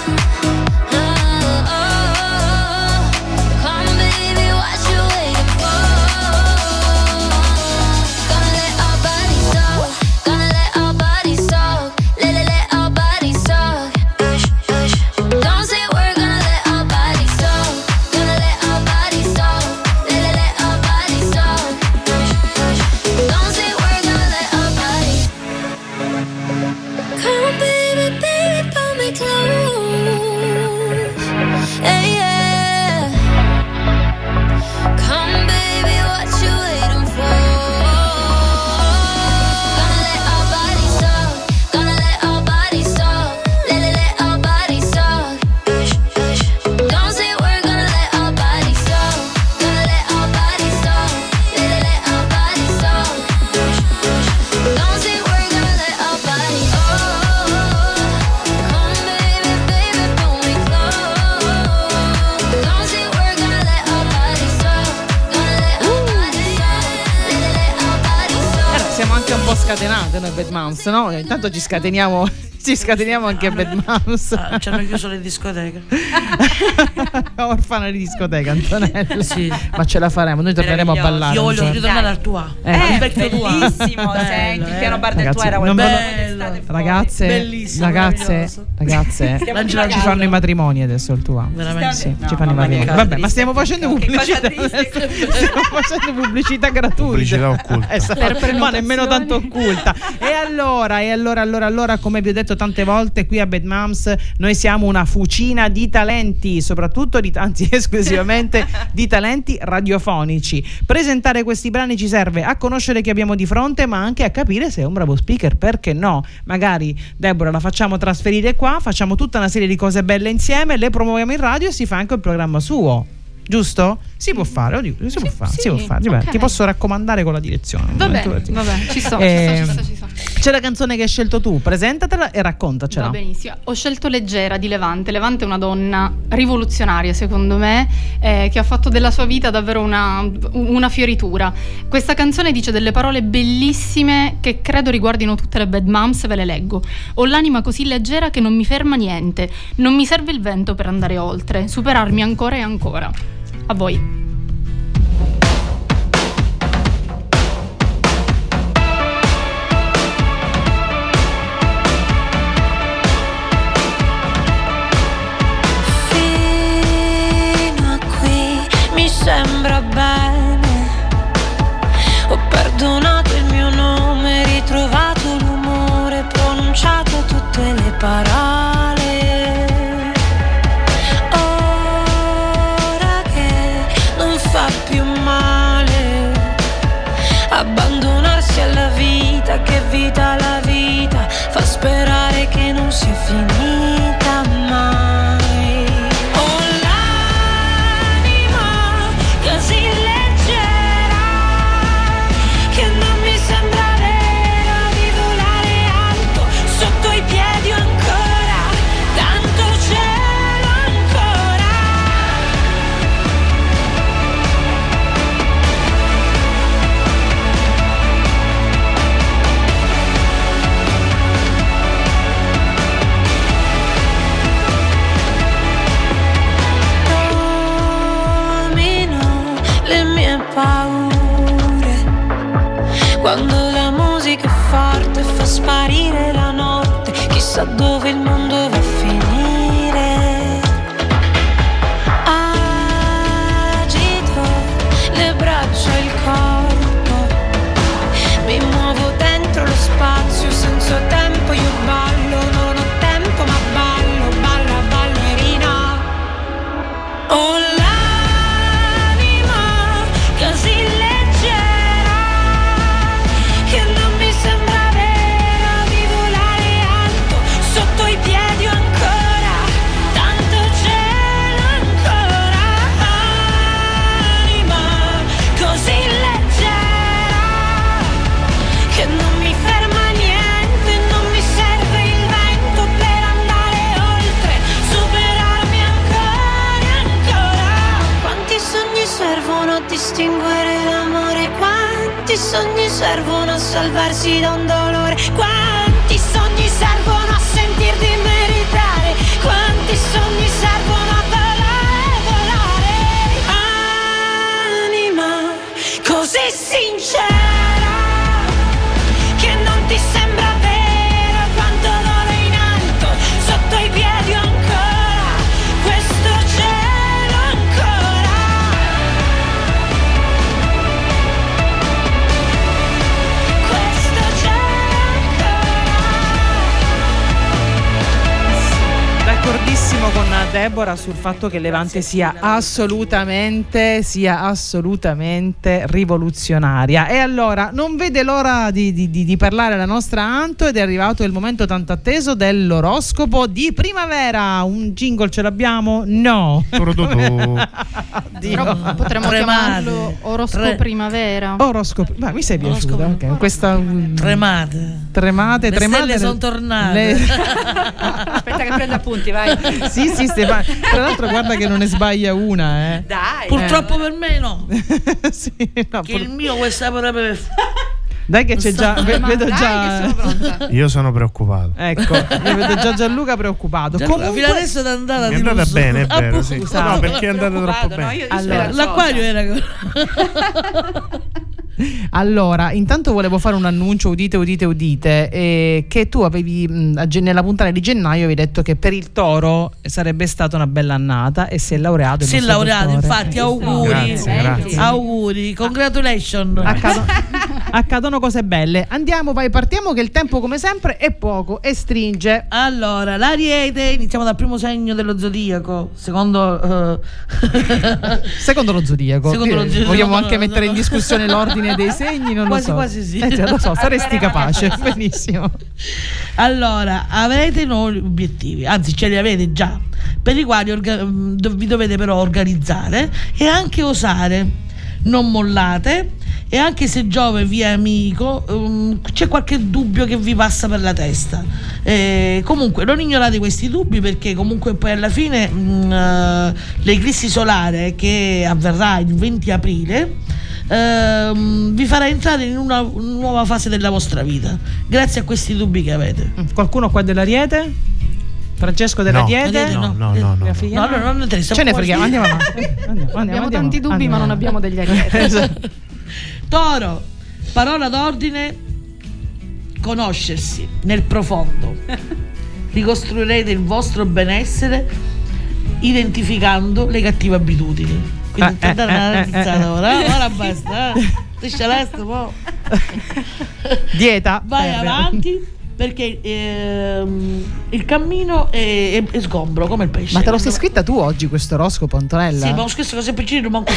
Oh, oh, come baby, what you waiting for? Gonna let our bodies talk. Gonna let our bodies talk. Let, let, let our bodies talk. Don't say we're gonna let our bodies talk. Gonna let our bodies talk. Let, let, let our bodies talk. Don't say we're gonna let our bodies. Come baby, baby, pull me close. Hey, yeah. Come baby, what you waiting for? Gonna let our bodies talk. Gonna let our bodies talk. Let, let, let our bodies talk. Don't say we're gonna let our bodies talk. Gonna let our bodies talk. Let, let, let our bodies talk. Don't say we're gonna let our bodies. Oh, come baby, baby, pull me close. Don't say we're gonna let our bodies talk. Gonna let our bodies talk. Let, let, let our bodies talk. Allora, siamo anche un po' scatenate noi Bad Moms, no? Intanto ci scateniamo, ci scateniamo anche a Bad Moms. Ah, ci hanno chiuso le discoteche. Orfana di discoteca, Antonello. Sì. Ma ce la faremo, noi torneremo a ballare. Io un voglio giorno. ritornare al tuo. Eh, Eh, il vecchio tuo. bellissimo, Bello, senti, il eh. piano bar del Ragazzi, tuo era non quello ve lo- d'estate fuori. Ragazze, Bellissimo, ragazze, meraviglioso. ragazze, Stiamo ci divagando. fanno i matrimoni adesso il tuo. Veramente. Sì, No, ci fanno i mamma mia, matrimoni. che Vabbè, triste. ma stiamo facendo Che cosa pubblicità. triste. Stiamo facendo pubblicità gratuita. Pubblicità occulta. Esatto, Per ma nemmeno prenotazioni. tanto occulta. E allora, e allora, allora, allora, come vi ho detto tante volte, qui a Bad Moms noi siamo una fucina di talenti, soprattutto di, anzi esclusivamente di talenti radiofonici. Presentare questi brani ci serve a conoscere chi abbiamo di fronte, ma anche a capire se è un bravo speaker, perché no? Magari Deborah la facciamo trasferire qua, facciamo tutta una serie di cose belle insieme, le promuoviamo in radio e si fa anche il programma suo. Giusto? Si può fare, oddio, si, sì, può fare, sì, si può fare. Okay. Ti posso raccomandare con la direzione. Vabbè, vabbè, ci sto, eh, ci sto, ci sto, ci sto. C'è la canzone che hai scelto tu, presentatela e raccontacela. Va benissimo. Ho scelto Leggera di Levante. Levante è una donna rivoluzionaria, secondo me, eh, che ha fatto della sua vita davvero una, una fioritura. Questa canzone dice delle parole bellissime che credo riguardino tutte le Bad Moms, ve le leggo. Ho l'anima così leggera che non mi ferma niente, non mi serve il vento per andare oltre, superarmi ancora e ancora. A voi. Fino a qui mi sembra bene. Ho perdonato il mio nome, ritrovato l'umore, pronunciato tutte le parole. Fa più male abbandonarsi alla vita, che vita la vita, fa sperare che non sia finita mai. Ho l'anima così leggera che non mi sembra vera di volare alto sotto i piedi ancora, tanto cielo ancora. Paure quando la musica è forte fa sparire la notte, chissà dove il mondo va a finire. Agito le braccia e il corpo, mi muovo dentro lo spazio senza tempo, io ballo, non ho tempo ma ballo, balla ballerina. Oh, così leggera che non mi sembra vera di volare alto sotto i piedi ancora, tanto cielo ancora. Anima così leggera che non mi ferma niente, non mi serve il vento per andare oltre, superarmi ancora e ancora. Quanti sogni servono a distinguere l'amore, quanti sogni servono a salvarsi da un dolore, quanti sogni servono a sentir di meritare, quanti sogni servono a volare, volare. Anima così sincera che non ti sembra vera quanto volo in alto sotto i piedi ancora, questo cielo ancora. D'accordissimo con Deborah sul fatto che Levante sia assolutamente sia assolutamente rivoluzionaria. E allora non vede l'ora di, di, di, di parlare la nostra Anto, ed è arrivato il momento tanto atteso dell'oroscopo di primavera. Un jingle ce l'abbiamo? No. Però potremmo Tremate. chiamarlo oroscopo Tre. primavera. Oroscopo, ma mi sei piaciuta? Okay. Questa Tremate. Tremate, Le tremate. stelle sono tornate. Le... Aspetta che prendo appunti, vai. Sì, sì, Stefano. Tra l'altro guarda che non ne sbaglia una, eh. Dai. Purtroppo per me no. Sì, no, Che pur- il mio questa potrebbe. Dai che c'è già, ve- vedo Dai, già. che sono pronta. Io sono preoccupato. Ecco, io vedo già Gianluca preoccupato. Gianluca, Comunque, fino adesso è andata È di andata lusso. bene, è Ah, vero, pu- sì. scusate. No, perché è andata troppo Preoccupato, no? bene. Io, io Allora, speranzosa. L'acquario era. Allora, intanto volevo fare un annuncio, udite, udite, udite, eh, che tu avevi mh, a gen- nella puntata di gennaio avevi detto che per il Toro sarebbe stata una bella annata e si è laureato. Si è laureato, dottore. infatti, auguri. Grazie, grazie. Auguri, congratulations. Accadono, accadono cose belle. Andiamo, vai, partiamo che il tempo come sempre è poco e stringe. Allora, l'Ariete, iniziamo dal primo segno dello zodiaco, secondo uh, Secondo lo zodiaco. Secondo lo zodiaco. Vogliamo No, anche no, mettere no. in discussione l'ordine dei segni, non Quasi, lo so. quasi sì. Eh, cioè, lo so, saresti capace. Benissimo. Allora, avrete nuovi obiettivi, anzi ce li avete già, per i quali orga- vi dovete però organizzare e anche osare. Non mollate, e anche se Giove vi è amico, um, c'è qualche dubbio che vi passa per la testa. Eh, comunque non ignorate questi dubbi, perché comunque poi alla fine mh, uh, l'eclissi solare che avverrà il venti aprile ehm, vi farà entrare in una nuova fase della vostra vita grazie a questi dubbi che avete. Qualcuno qua dell'Ariete? Francesco dell'Ariete? No, no, no, no, no. No, no, non interessa. Ce ne freghiamo, andiamo avanti. Andiamo, andiamo, Abbiamo andiamo, tanti dubbi, andiamo. ma non abbiamo degli arieti. Esatto. Toro, parola d'ordine: conoscersi nel profondo. Ricostruirete il vostro benessere identificando le cattive abitudini. Quindi Eh, per dare eh, una eh, tizzata eh, ora, ora basta, eh. Ti scialeste, mo'. Dieta. Vai Eh, avanti, perché ehm, il cammino è, è, è sgombro come il pesce. Ma te lo sei scritta tu oggi questo oroscopo, Antonella? Sì, ma ho scritto cose piccine, manco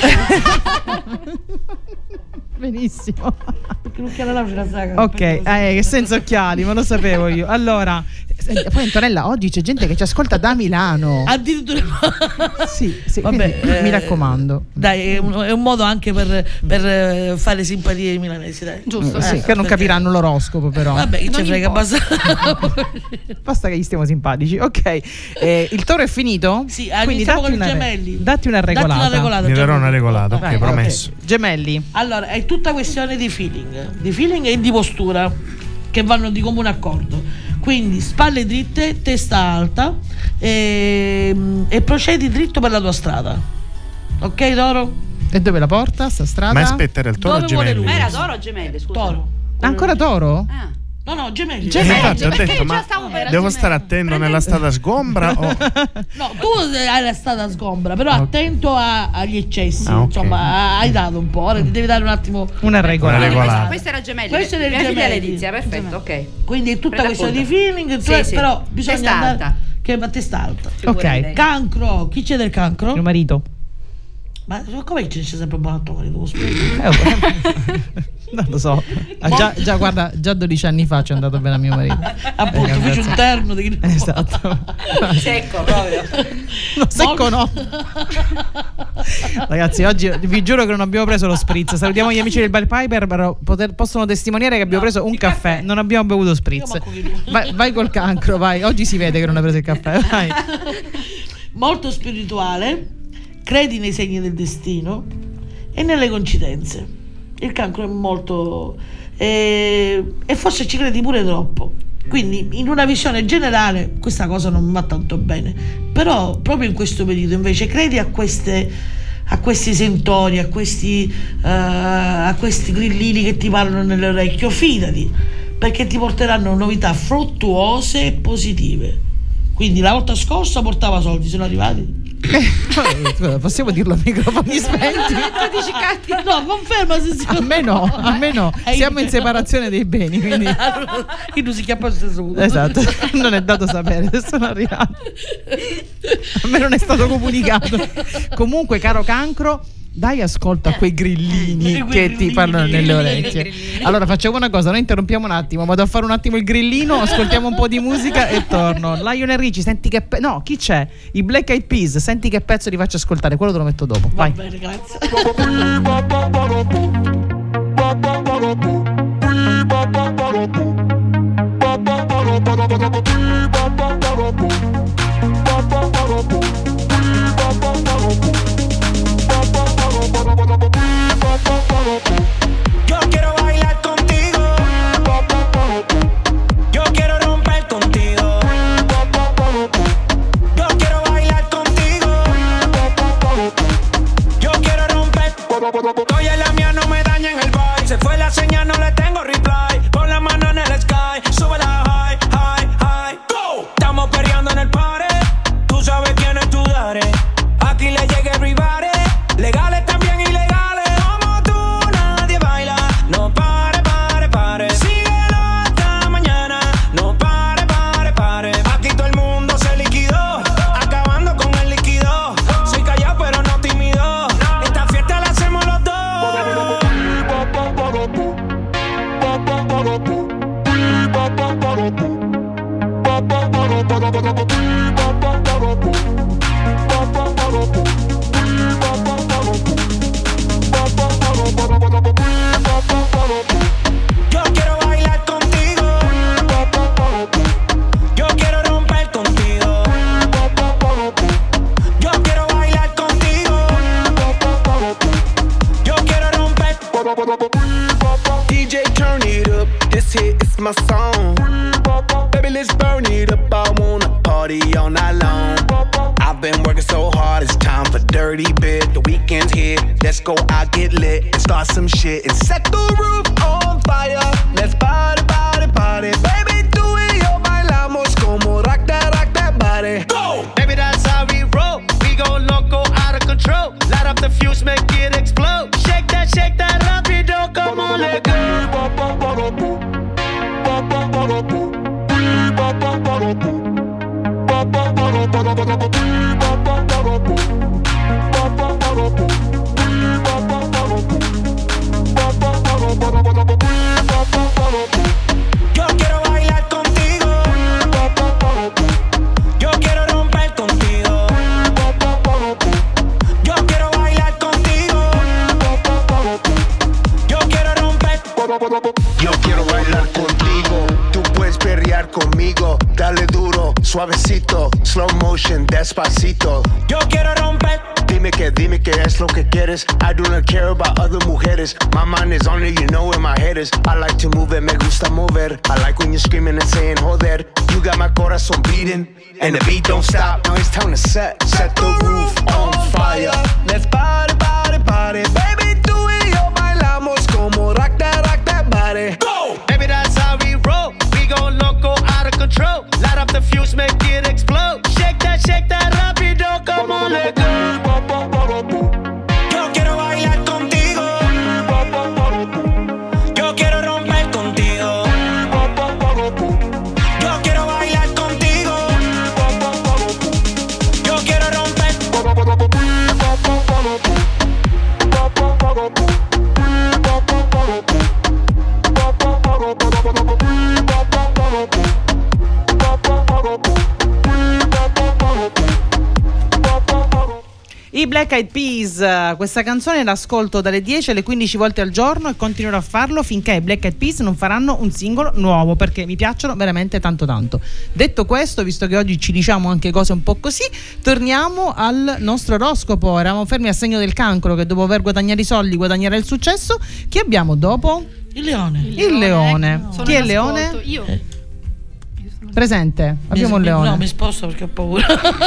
Benissimo. perché non chiama la ce la saga. Ok, eh, che senza occhiali, ma lo sapevo io. Allora, senti, poi Antonella, oggi c'è gente che ci ascolta da Milano. Addirittura. Sì, sì, Vabbè, quindi mi eh, raccomando. Dai, è un, è un modo anche per, per eh, fare simpatie ai milanesi, dai. Giusto. Eh, sì, Eh, che non perché- capiranno l'oroscopo, però. Vabbè, che ci Non frega, importa. basta. Basta che gli stiamo simpatici. Ok, eh, il toro è finito? Sì, ah, quindi iniziamo datti con i una, re- gemelli. datti una Datti regolata. una regolata. Mi darò gemelli. una regolata, ok, Vai, promesso. ok. Gemelli. Allora, è tutta questione di feeling, di feeling e di postura che vanno di comune accordo. Quindi spalle dritte, testa alta e, e procedi dritto per la tua strada. Ok, Toro? E dove la porta sta strada? Ma aspetta, era il toro o Dove vuole gemelli? lui? Ma era Toro o Gemelli, scusa? Toro. Ancora toro? Ah. No, no, gemelli. Eh, Gemelli. infatti, ho perché detto, già ma stavo per devo gemelli. stare attento nella strada sgombra o... No, tu hai la strada sgombra, però Ok. attento a- agli eccessi. Ah, ok. Insomma, hai dato un po', ora ti devi dare un attimo. Una regola. Una regolata. Questa, questa era Gemelli. Questo era il mia figlia Gemelli. Letizia, perfetto, ok. Quindi è tutta Prende questione di appunto. feeling, Sì, cioè, sì. però bisogna Testa andare alta. che va a testa alta. Ok. Figurati. Cancro, chi c'è del cancro? Mio marito. Ma come c'è sempre buon attore? Devo spiegare. Eh, oh, non lo so. Ah, già, già, guarda, già dodici anni fa ci è andato bene a mio marito. Appunto, Eh, fece un terno di Esatto. Secco proprio. No, secco no. Ragazzi, oggi vi giuro che non abbiamo preso lo spritz. Salutiamo gli amici del Bar Piper, però poter- possono testimoniare che abbiamo preso un caffè. Non abbiamo bevuto spritz. Vai, vai col cancro, vai. Oggi si vede che non hai preso il caffè. Vai. Molto spirituale, credi nei segni del destino e nelle coincidenze. Il cancro è molto eh, e forse ci credi pure troppo. Quindi in una visione generale questa cosa non va tanto bene, però proprio in questo periodo invece credi a queste a questi sentori, a questi eh, a questi grillini che ti parlano nell'orecchio. Fidati, perché ti porteranno novità fruttuose e positive. Quindi la volta scorsa portava soldi, sono arrivati. Scusa, possiamo dirlo a microfoni spenti? No, conferma se si... A me no, a me no. Hai- Siamo in separazione dei beni, quindi Io non si chiappa lo stesso punto. esatto, non è dato sapere se sono arrivato. A me non è stato comunicato. Comunque, caro cancro, dai ascolto a quei grillini Eh, quei che ti grillini. parlano nelle Grillini, orecchie. grillini. Allora facciamo una cosa, noi interrompiamo un attimo, vado a fare un attimo il grillino, ascoltiamo un po' di musica e torno. Lionel Richie, senti che pe- no, chi c'è? I Black Eyed Peas, senti che pezzo ti faccio ascoltare, quello te lo metto dopo. Va Vai. bene, grazie. Yo quiero bailar contigo. Yo quiero romper contigo. Yo quiero bailar contigo. Yo quiero romper. Oye, la mía no me daña en el vibe. Se sabes quién es tu dare. Aquí le llega everybody, legales también ilegales. Como tú nadie baila, no pare, pare, pare. Síguelo hasta mañana, no pare, pare, pare. Aquí todo el mundo se liquidó, acabando con el líquido. Soy callado pero no tímido, esta fiesta la hacemos los dos. Yo quiero bailar contigo, yo quiero romper contigo, yo quiero bailar contigo, yo quiero romper. D J turn it up, this hit is my song. Baby let's burn it up, I wanna party all night long. I've been working so hard, it's time for dirty bit. The weekend's here, let's go out, get lit and start some shit and set the roof on fire. Let's party, party, party. Baby, tú y yo bailamos como rock that, rock that body. Go! Baby, that's how we roll. We go loco, out of control. Light up the fuse, make it explode. Shake that, shake that rapido, come on, let go. Yo quiero bailar contigo, yo quiero romper contigo, yo quiero bailar contigo, yo quiero romper. Yo quiero bailar contigo, tú puedes perrear conmigo. Dale duro, suavecito, slow motion, despacito. Yo quiero romper. Dime que, dime que es lo que quieres. I do not care about other mujeres. My mind is on it, you know where my head is. I like to move it, me gusta mover. I like when you're screaming and saying joder. You got my corazón beating, and the beat don't stop. Now it's time to set, set the roof on fire. Let's party, party, party. Baby, tú y yo bailamos como rock that, rock that body. Go! Baby, that's how we roll. We go loco, out of control. Light up the fuse, make it explode. Shake that, shake that rapido, come on, let go. Yo quiero bailar contigo, yo quiero romper contigo, yo quiero bailar contigo, yo quiero romper. I Black Eyed Peas, questa canzone l'ascolto dalle dieci alle quindici volte al giorno e continuerò a farlo finché i Black Eyed Peas non faranno un singolo nuovo, perché mi piacciono veramente tanto tanto. Detto questo, visto che oggi ci diciamo anche cose un po' così, torniamo al nostro oroscopo. Eravamo fermi a segno del Cancro, che dopo aver guadagnato i soldi guadagnerà il successo. Chi abbiamo dopo? Il leone. Il, il leone. Ecco. Chi è il leone? Io. Eh. Presente, abbiamo un mi, leone. No, mi sposto perché ho paura.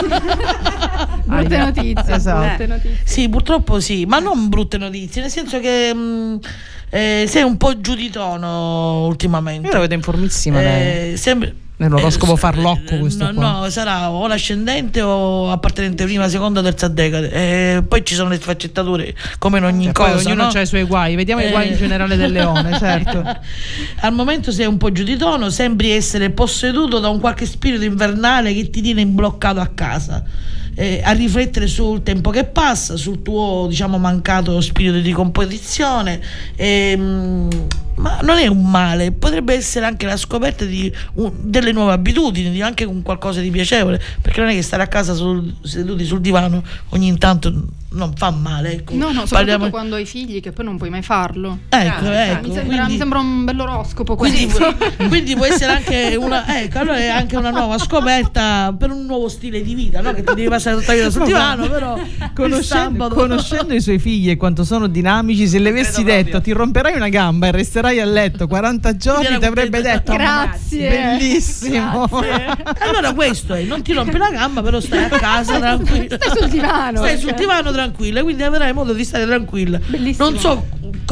Brutte notizie, esatto. brutte notizie. Sì, purtroppo sì, ma non brutte notizie, nel senso che mh, eh, sei un giù di tono ultimamente. Io la vedo informissima lei. Eh, sempre, nell'oroscopo eh, farlocco questo no, qua. no, sarà o l'ascendente o appartenente prima, seconda, terza decade. E poi ci sono le sfaccettature come in ogni Cioè, cosa, poi ognuno no? ha i suoi guai. Vediamo Eh. i guai in generale del leone, certo. Al momento sei un po' giù di tono, sembri essere posseduto da un qualche spirito invernale che ti tiene imbloccato a casa. Eh, a riflettere sul tempo che passa, sul tuo, diciamo, mancato spirito di competizione. ehm, ma non è un male, potrebbe essere anche la scoperta di un, delle nuove abitudini, di anche un qualcosa di piacevole, perché non è che stare a casa sul, seduti sul divano ogni tanto non fa male, ecco. No, no, soprattutto Parliamo... quando hai figli, che poi non puoi mai farlo. Ecco, Ah, ecco, mi, sembra, quindi- mi sembra un bell'oroscopo Quindi, questo. quindi può essere anche una, ecco, allora è anche una nuova scoperta per un nuovo stile di vita, no? Che ti devi passare tutta la vita sul Ma divano, guarda, però il Conoscendo, sabato- conoscendo i suoi figli e quanto sono dinamici, se le avessi detto ti romperai una gamba e resterai a letto quaranta giorni, era ti avrebbe contenta. detto Grazie. bellissimo. Allora questo è, non ti rompi la gamba, però stai a casa tranquillo. Stai sul divano. Stai sul divano tranquilla, quindi avrai modo di stare tranquilla. Bellissimo. Non so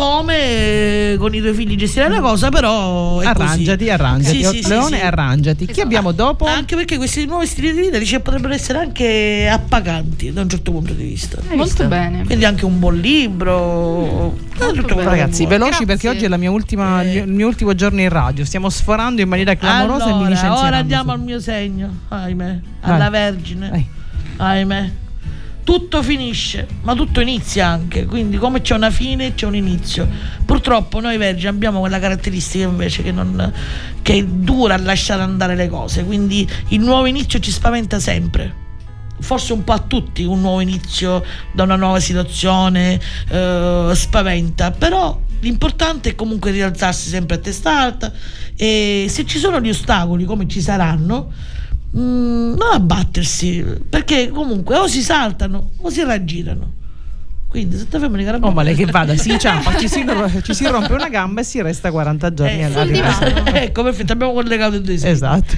come con i tuoi figli gestire la cosa, però è arrangiati, così. arrangiati, Sì, sì, Leone, sì, sì. arrangiati. Chi abbiamo dopo? Anche perché questi nuovi stili di vita dice, potrebbero essere anche appaganti da un certo punto di vista. Molto bene. Quindi anche un buon libro. Tutto quello Ragazzi, che vuoi. veloci perché oggi è la mia ultima, il mio ultimo giorno in radio. Stiamo sforando in maniera clamorosa allora, e mi licenzieranno. ora andiamo su. al mio segno, ahimè, alla Vai. Vergine. Vai. Ahimè. Tutto finisce, ma tutto inizia anche, quindi come c'è una fine c'è un inizio. Purtroppo noi Vergine abbiamo quella caratteristica invece che, non, che è dura a lasciare andare le cose, quindi il nuovo inizio ci spaventa sempre. Forse un po' a tutti un nuovo inizio da una nuova situazione eh, spaventa, però l'importante è comunque rialzarsi sempre a testa alta, e se ci sono gli ostacoli, come ci saranno, Mm, non abbattersi, perché comunque o si saltano o si raggirano. Quindi se te fermi di carabinieri, Oh, ma lei che vada, si inciampa, ci si, ci si rompe una gamba e si resta quaranta giorni eh, all'aria. ecco, perfetto, abbiamo collegato i due segni. Esatto.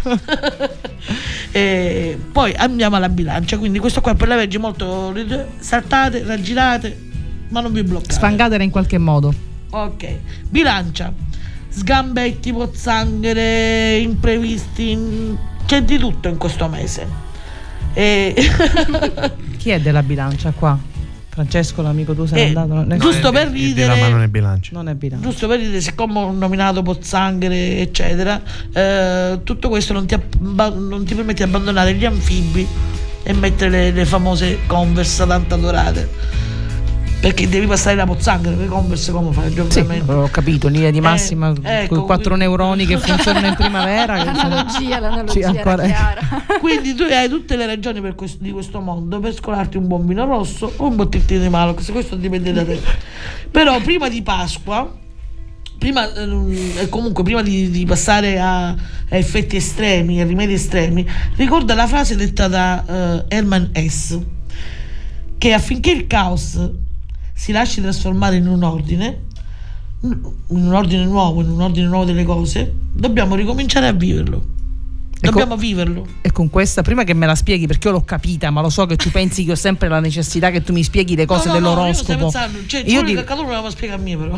E poi andiamo alla bilancia, quindi questo qua per la Vergine molto saltate, raggirate, ma non vi bloccate, Sfangatela in qualche modo. ok. Bilancia, sgambetti, pozzanghere, imprevisti, in- c'è di tutto in questo mese. E Chi è della bilancia qua? Francesco, l'amico, tu sei Eh, andato? Ne- giusto per Di- di ridere, la mano nel bilancio. Non è bilancia. giusto per dire, siccome ho nominato pozzanghere eccetera, eh, tutto questo non ti, abba- non ti permette di abbandonare gli anfibi e mettere le, le famose Converse tanto adorate, perché devi passare la pozzanghera, le Converse come fai? Sì, Ovviamente. ho capito, in linea di massima, Eh, ecco, quei quattro quindi- neuroni che funzionano in primavera. che sono- L'analogia, Sì, l'analogia era ancora- chiara. Quindi tu hai tutte le ragioni per questo, di questo mondo per scolarti un buon vino rosso o un bottiglino di Malox, questo dipende da te. Però prima di Pasqua, prima eh, comunque prima di, di passare a, a effetti estremi, a rimedi estremi, ricorda la frase detta da eh, Herman Hesse, che affinché il caos si lasci trasformare in un ordine, in un ordine nuovo, in un ordine nuovo delle cose, dobbiamo ricominciare a viverlo. Dobbiamo viverlo. E con questa, prima che me la spieghi, perché io l'ho capita, ma lo so che tu pensi che ho sempre la necessità che tu mi spieghi le cose No, no, no, dell'oroscopo. io stai pensando, cioè, Io quello dico- che è accaduto me lo spiega a me però.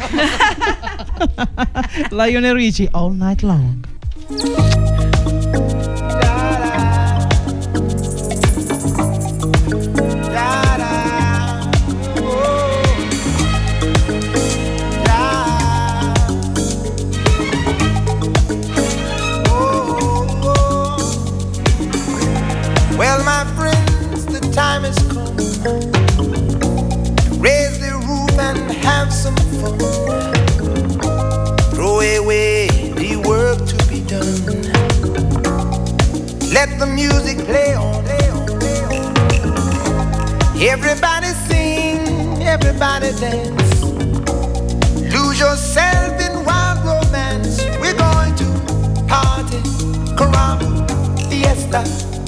Lionel Richie, All Night Long. Well, my friends, the time has come to raise the roof and have some fun. Throw away the work to be done. Let the music play on. Everybody sing, everybody dance. Lose yourself in wild romance. We're going to party, caramba, fiesta.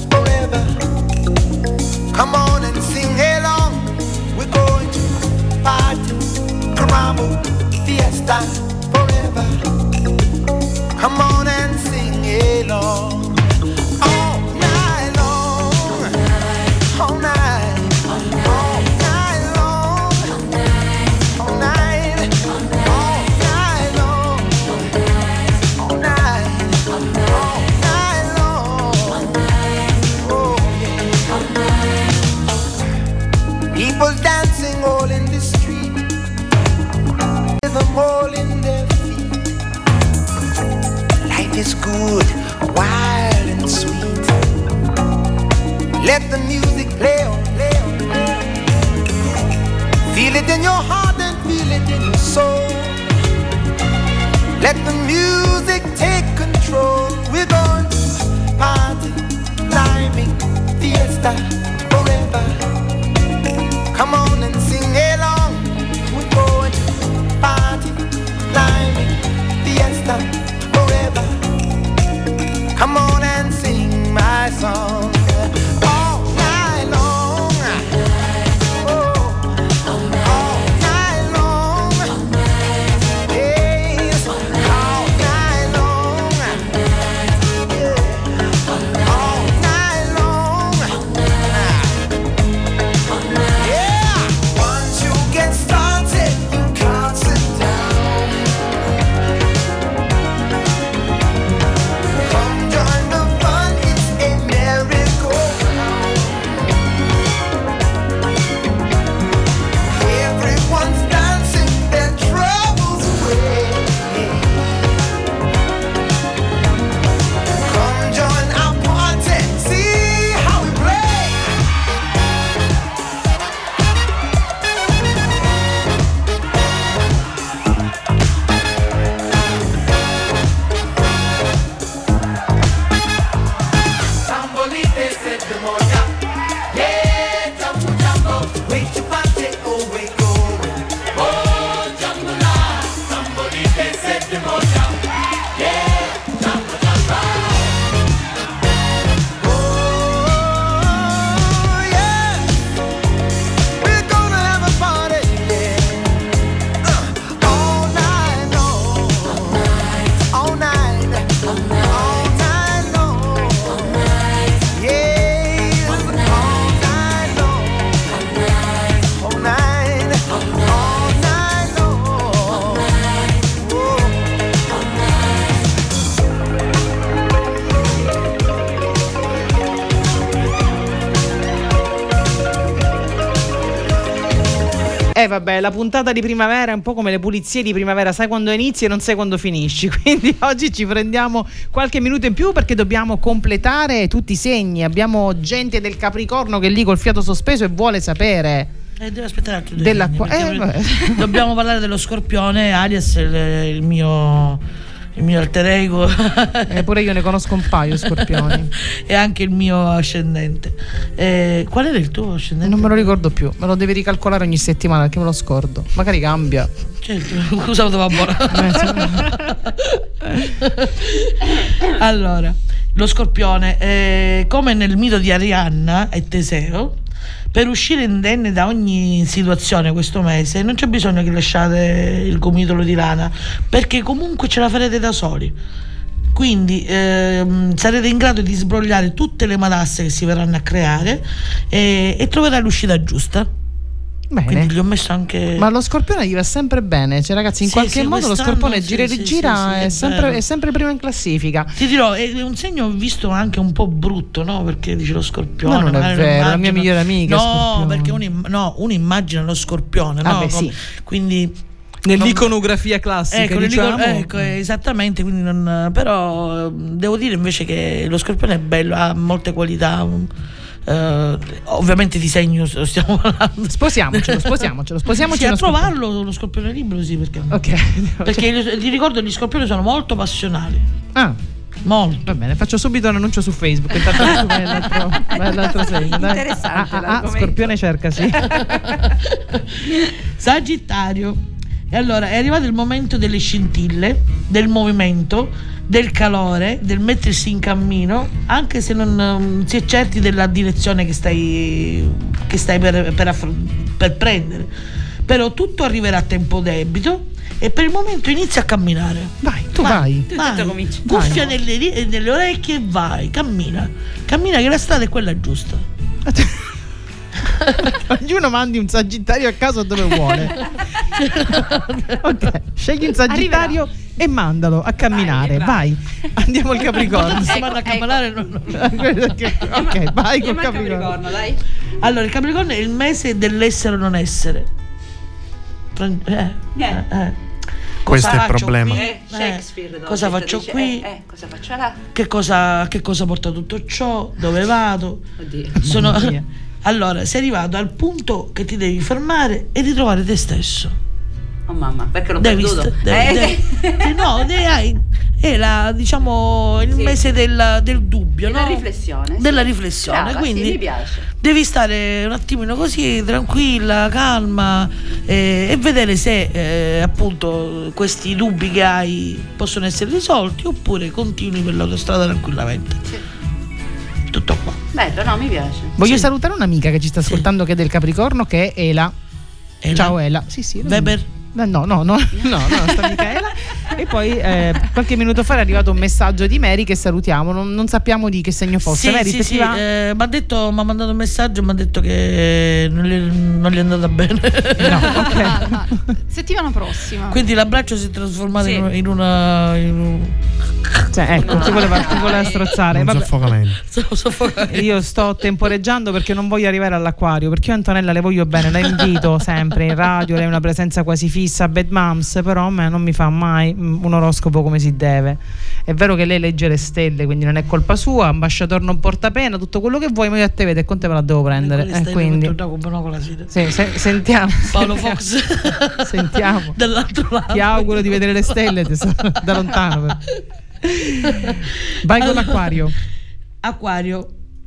Come on and sing along. We're going to party, caramba, fiesta forever. Come on and sing along. All night long, all night, all night long, all night, all night long, all night, all night long. Oh yeah. People dancing all in the street, with them all in their feet. Life is good, wild and sweet. Let the music play on, play on, play on. Feel it in your heart and feel it in your soul. Let the music take control. We're going to party, climbing, fiesta forever. Come on and sing along. We're going to party, climbing, fiesta forever. Come on and sing my song. All night long. Oh, all night long. Yes, all night long. Eh vabbè, la puntata di primavera è un po' come le pulizie di primavera, sai quando inizi e non sai quando finisci, quindi oggi ci prendiamo qualche minuto in più perché dobbiamo completare tutti i segni. Abbiamo gente del Capricorno che è lì col fiato sospeso e vuole sapere. Eh, devo aspettare altri due della segni, eh, dobbiamo parlare dello Scorpione. Aries, il, il mio il mio alter ego. Eppure io ne conosco un paio, Scorpioni. E anche il mio ascendente. Eh, qual era il tuo ascendente? Non me lo ricordo più, me lo devi ricalcolare ogni settimana perché me lo scordo. Magari cambia. Certo, scusa, dove Allora, lo Scorpione, eh, come nel mito di Arianna e Teseo, per uscire indenne da ogni situazione questo mese non c'è bisogno che lasciate il gomitolo di lana, perché comunque ce la farete da soli. Quindi ehm, sarete in grado di sbrogliare tutte le matasse che si verranno a creare e, e troverai l'uscita giusta. Bene. Quindi gli ho messo anche. Ma lo Scorpione gli va sempre bene, cioè ragazzi, in Sì, qualche sì, modo lo quest'anno Scorpione sì, gira e sì, rigira, sì, sì, è, è sempre, vero. è sempre primo in classifica. Ti dirò, è un segno visto anche un po' brutto, no? Perché dice lo Scorpione. Ma non è magari vero, immagino- la mia migliore amica è No, Scorpione. perché uno, im- no, uno immagina lo Scorpione, no? Vabbè, Com- sì. Quindi Nell'iconografia classica, ecco, diciamo. ecco, esattamente, quindi non, però eh, devo dire invece che lo Scorpione è bello, ha molte qualità. eh, ovviamente di segno stiamo parlando. Sposiamocelo, sposiamocelo, sposiamoci Sì, a uno Scorpione. trovarlo lo Scorpione libero, sì, perché Ok. perché io- ti ricordo gli Scorpioni sono molto passionali. Ah, molto. Va bene, faccio subito un annuncio su Facebook. Intanto tu vai all'altro, vai all'altro segno, dai. Interessante Ah, ah, ah, l'argomento. Scorpione cerca, sì. Sagittario. E allora è arrivato il momento delle scintille, del movimento, del calore, del mettersi in cammino, anche se non um, si è certi della direzione che stai, che stai per, per, affr- per prendere. Però tutto arriverà a tempo debito e per il momento inizia a camminare. Vai, tu vai. vai. Tutto comincia. Cuffia Vai. nelle, ri- nelle orecchie e vai, cammina. Cammina che la strada è quella giusta. Ognuno mandi un Sagittario a caso dove vuole. Ok, scegli un Sagittario e mandalo a camminare. Vai, andiamo al Capricorno. Quando si Ecco, vanno a ecco. camminare non- non- Ok, vai col Andiamo al Capricorno. dai. Allora, il Capricorno è il mese dell'essere o non essere. Fran- eh, eh, eh. Questo Cosa è il faccio problema. qui? Eh, Shakespeare, dove cosa Shakespeare faccio dice, qui? Eh, eh, cosa faccio là? Che cosa, che cosa porta tutto ciò? Dove vado? Oddio. Sono... Mamma mia. Allora, sei arrivato al punto che ti devi fermare e ritrovare te stesso. Oh mamma, perché l'ho Devi perduto. sta- devi- Eh, devi- no, devi- hai- è la, diciamo, il Sì. mese del, del dubbio, Della no? riflessione, sì. Della riflessione. Brava, quindi sì, mi piace. devi stare un attimino così, tranquilla, calma, eh, e vedere se eh, appunto questi dubbi che hai possono essere risolti oppure continui per la tua strada tranquillamente. Sì. Tutto qua. Bello, no, mi piace. Voglio Sì. salutare un'amica che ci sta ascoltando che è del Capricorno, che è Ela. Ela? Ciao Ela. Sì, sì. Weber? No, no, no, no, no, no, sta Michela. E poi eh, qualche minuto fa è arrivato un messaggio di Mary che salutiamo, non, non sappiamo di che segno fosse. Sì, Mary, sì, se sì, ti va? eh, m'ha detto, mi ha mandato un messaggio e mi ha detto che non gli, non gli è andata bene. No, ok. Ah, ma settimana prossima. Quindi l'abbraccio si è trasformato Sì. in, in una. In un... Cioè, ecco, ti voleva, ti voleva strozzare. Un Vabbè, soffocamento. soffocare. io sto temporeggiando perché non voglio arrivare all'acquario, perché io Antonella le voglio bene, la invito sempre in radio, lei è una presenza quasi fissa a Bad Moms, però a me non mi fa mai mm, un oroscopo come si deve. È vero che lei legge le stelle, quindi non è colpa sua, ambasciatore non porta pena, tutto quello che vuoi, ma io a te vedo e con te me la devo prendere. Eh, quindi sì, se- sentiamo Paolo sentiamo. Fox. Sentiamo. Dall'altro lato. Ti auguro di vedere le stelle tesoro, da lontano. però. Vai con Allora, l'acquario. Acquario.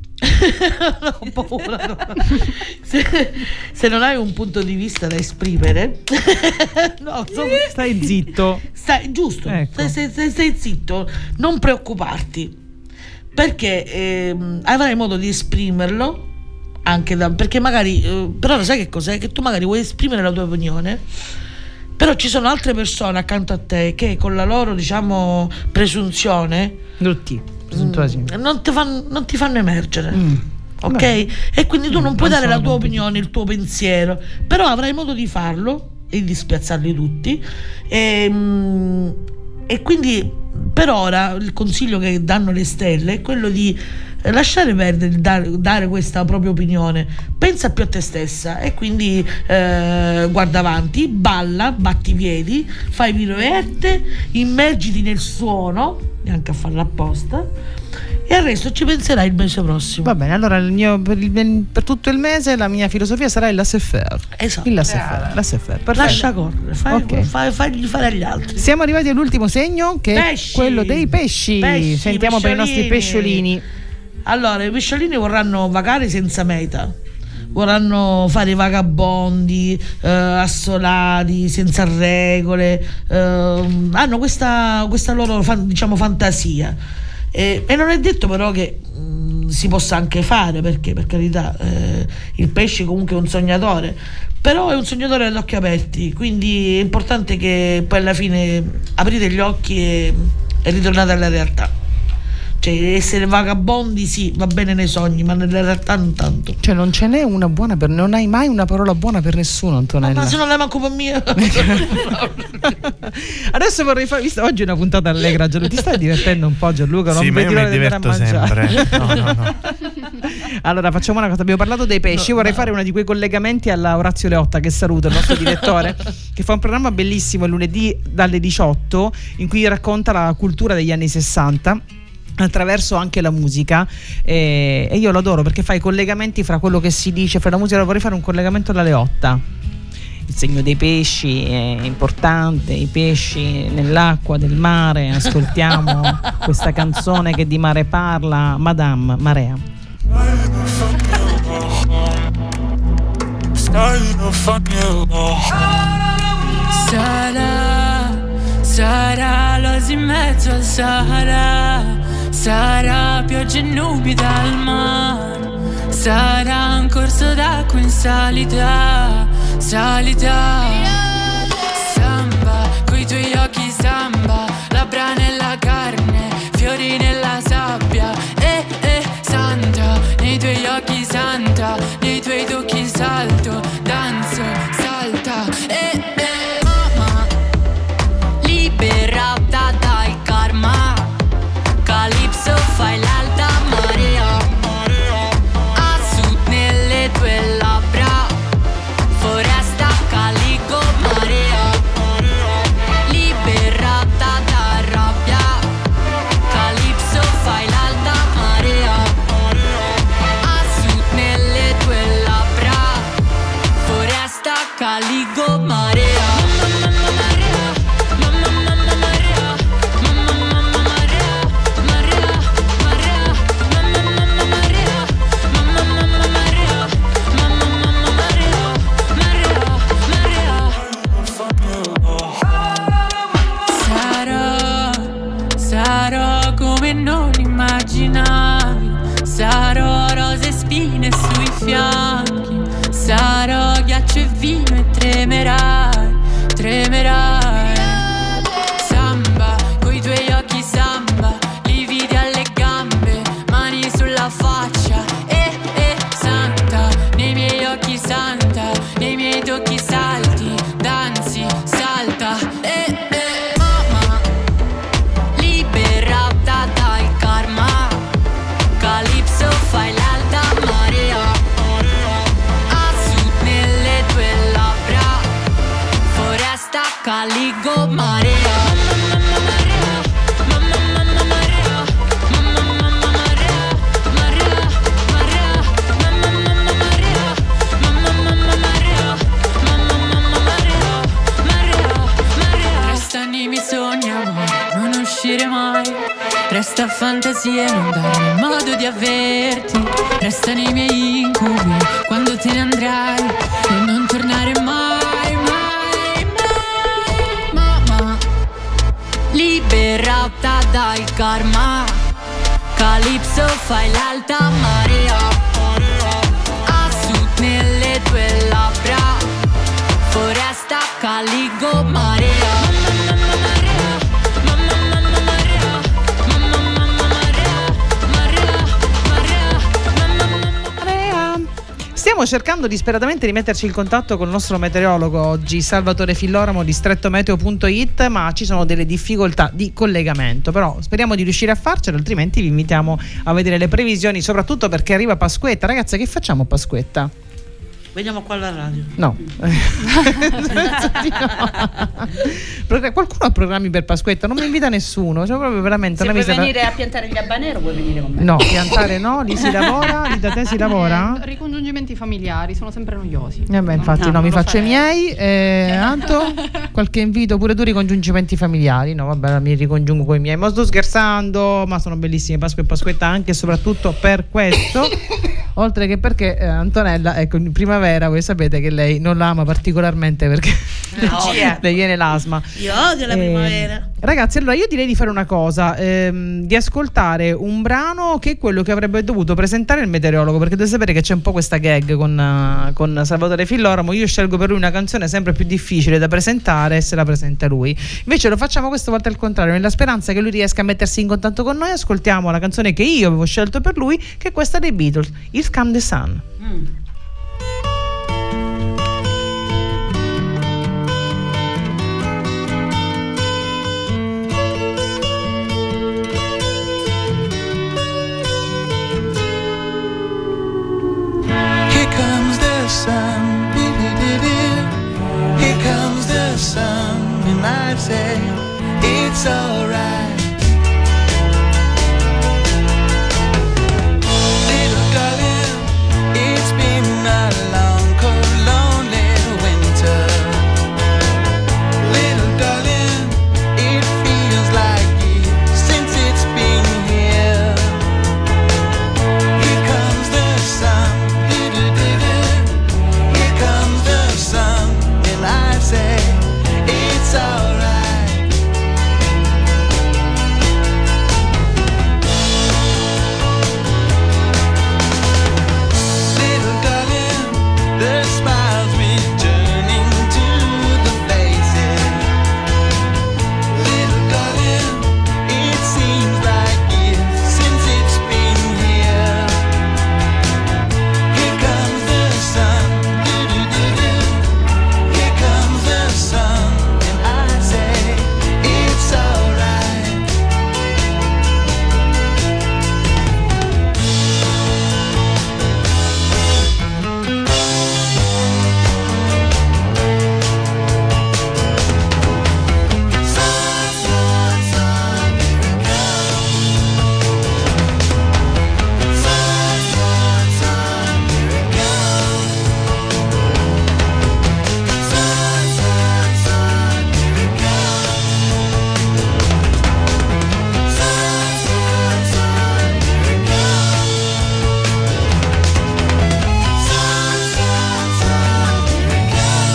Ho paura. Se, se non hai un punto di vista da esprimere, no, insomma, Stai zitto. stai giusto, Ecco. stai, stai- stai- stai zitto, non preoccuparti, perché ehm, avrai modo di esprimerlo anche da, perché magari eh, però sai che cos'è? Che tu magari vuoi esprimere la tua opinione, però ci sono altre persone accanto a te che con la loro, diciamo, presunzione Brutti. presuntuosi. mm, non, ti fanno, non ti fanno emergere. Mm. Ok? Beh. E quindi tu Mm, non puoi non dare la sono tua contento. opinione, il tuo pensiero, però avrai modo di farlo e di spiazzarli tutti. E, e quindi per ora il consiglio che danno le stelle è quello di eh, lasciare perdere, dare, dare questa propria opinione, pensa più a te stessa e quindi eh, guarda avanti, balla, batti i piedi, fai piroette, immergiti nel suono, neanche a farlo apposta, e al resto ci penserai il mese prossimo. Va bene, allora il mio, per, il, per tutto il mese la mia filosofia sarà il laissez-faire. Esatto. Il laissez-faire, laissez-faire. Perfetto. Lascia correre, fai, Okay. fai, fagli fare agli altri. Siamo arrivati all'ultimo segno, che Pesci. è quello dei pesci. Pesci, Sentiamo per i nostri pesciolini. Allora, i pesciolini vorranno vagare senza meta, vorranno fare i vagabondi, eh, assolati, senza regole, eh, hanno questa, questa loro fan- diciamo fantasia. E, e non è detto però che mh, si possa anche fare, perché per carità eh, il pesce comunque è un sognatore, però è un sognatore agli occhi aperti, quindi è importante che poi alla fine aprite gli occhi e, e ritornate alla realtà. Cioè, essere vagabondi sì, va bene nei sogni, ma nella realtà non tanto. Cioè non ce n'è una buona per, non hai mai una parola buona per nessuno, Antonella. Ma se non la manco per mia. Adesso vorrei fare, visto oggi è una puntata allegra, Gianluca, ti stai divertendo un po', Gianluca? Non Sì, ma vedi io l'ora mi di andare a diverto mangiare. sempre. No, no, no. Allora facciamo una cosa, abbiamo parlato dei pesci, No, vorrei no. fare uno di quei collegamenti alla Orazio Leotta, che saluto, il nostro direttore, che fa un programma bellissimo il lunedì dalle diciotto in cui racconta la cultura degli anni sessanta attraverso anche la musica, e, e io lo adoro perché fa i collegamenti fra quello che si dice, fra la musica. Vorrei fare un collegamento alla Leotta. Il segno dei pesci è importante, i pesci nell'acqua del mare. Ascoltiamo questa canzone che di mare parla, Madame Marea. Sarà, sarà l'oasi in mezzo al Sahara, sarà pioggia e nubi dal mare, sarà un corso d'acqua in salita, salita. Samba, coi tuoi occhi samba, labbra nella carne, fiori nella sabbia. Eh, eh, santa, nei tuoi occhi santa, nei tuoi tocchi salto, danzo, salta. Eh, eh, mamma, liberata dal karma, Calypso fai l'alta marea, a sud nelle tue labbra, foresta calico marea, liberata da rabbia, Calypso fai l'alta marea, a sud nelle tue labbra, foresta calico marea. Sarò, sarò come non immaginavi, sarò rose e spine sui fianchi, sarò ghiaccio e vino e tremerai, tremerai. Samba, coi tuoi occhi samba, lividi alle gambe, mani sulla faccia. Eh, eh, santa, nei miei occhi santa, nei miei tocchi salti, danzi, salta. Eh, eh, mamma, liberata dal karma, Calypso fai l'alta marea, a sud nelle tue labbra, foresta calico marea. Resta nei miei sogni, amore, non uscire mai. Resta fantasia, non darmi modo di averti. Resta nei miei incubi, quando te ne andrai, e non tornare mai, mai, mai. Mamma, liberata dal karma, Calypso fai l'alta marea, a sud nelle tue labbra, foresta calico marea. Stiamo cercando disperatamente di metterci in contatto con il nostro meteorologo oggi, Salvatore Filloramo di strettometeo punto it, ma ci sono delle difficoltà di collegamento, però speriamo di riuscire a farcelo, altrimenti vi invitiamo a vedere le previsioni, soprattutto perché arriva Pasquetta. Ragazzi, che facciamo a Pasquetta? Veniamo qua alla radio. No. Qualcuno ha programmi per Pasquetta? Non mi invita nessuno, cioè proprio veramente Se una vuoi visita... venire a piantare gli habanero puoi venire con me. No, piantare no, lì si lavora, lì da te si lavora? Eh, ricongiungimenti familiari sono sempre noiosi. Eh beh, infatti no, no, mi lo faccio farei. i miei. eh, Anto, qualche invito pure tu, ricongiungimenti familiari? No, vabbè, mi ricongiungo con i miei. Ma sto scherzando, ma sono bellissime Pasqua e Pasquetta anche e soprattutto per questo. Oltre che perché eh, Antonella, ecco, in primavera voi sapete che lei non la ama particolarmente perché No. le viene l'asma. Io odio la Eh, primavera. Ragazzi, allora io direi di fare una cosa, ehm, di ascoltare un brano che è quello che avrebbe dovuto presentare il meteorologo, perché dovete sapere che c'è un po' questa gag con, uh, con Salvatore Filloramo. Io scelgo per lui una canzone sempre più difficile da presentare e se la presenta lui. Invece lo facciamo questa volta al contrario, nella speranza che lui riesca a mettersi in contatto con noi. Ascoltiamo la canzone che io avevo scelto per lui, che è questa dei Beatles, Here Come the Sun. Mm. Here comes the sun, here comes the sun, and I say it's alright. Little darling, it's been a long, cold, lonely winter. Little darling, it feels like years since it's been here. Here comes the sun. Here comes the sun, and I say it's alright. Little darling, the smiles returning to the faces. Little darling, it seems like years since it's been here. Here comes the sun, here comes the sun, and I say it's alright. Sun, sun, sun, here it comes. Sun, sun, sun, here it comes. Sun, sun, sun, here it comes. Sun, sun, sun, here it comes. Sun, sun, sun, here it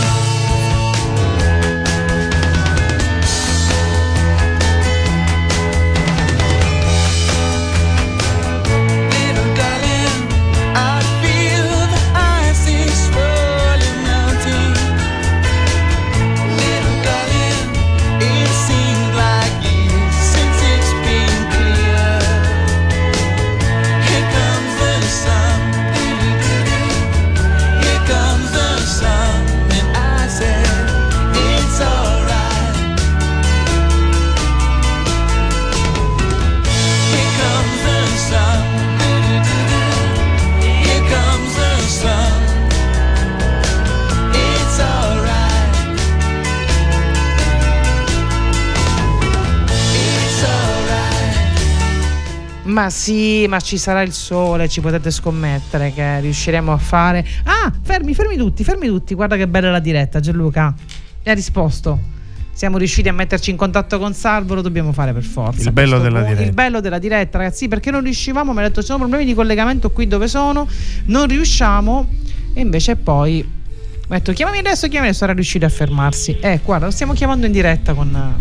Little darling, I feel the ice is slowly melting. Little darling, it seems like years since it's been clear. Here comes the sun, here comes the sun, and I say it's alright. Here comes the sun, here comes the sun, it's alright. It's alright. Ma sì, ma ci sarà il sole, ci potete scommettere che riusciremo a fare. Ah, fermi, fermi tutti, fermi tutti. Guarda che bella la diretta, Gianluca. Mi ha risposto. Siamo riusciti a metterci in contatto con Salvo, lo dobbiamo fare per forza. Il bello Questo della punto- diretta. Il bello della diretta, ragazzi, perché non riuscivamo, mi ha detto ci sono problemi di collegamento qui dove sono, non riusciamo, e invece poi mi ha detto chiamami adesso, chiamami adesso, era riuscito a fermarsi. Eh, guarda, lo stiamo chiamando in diretta con...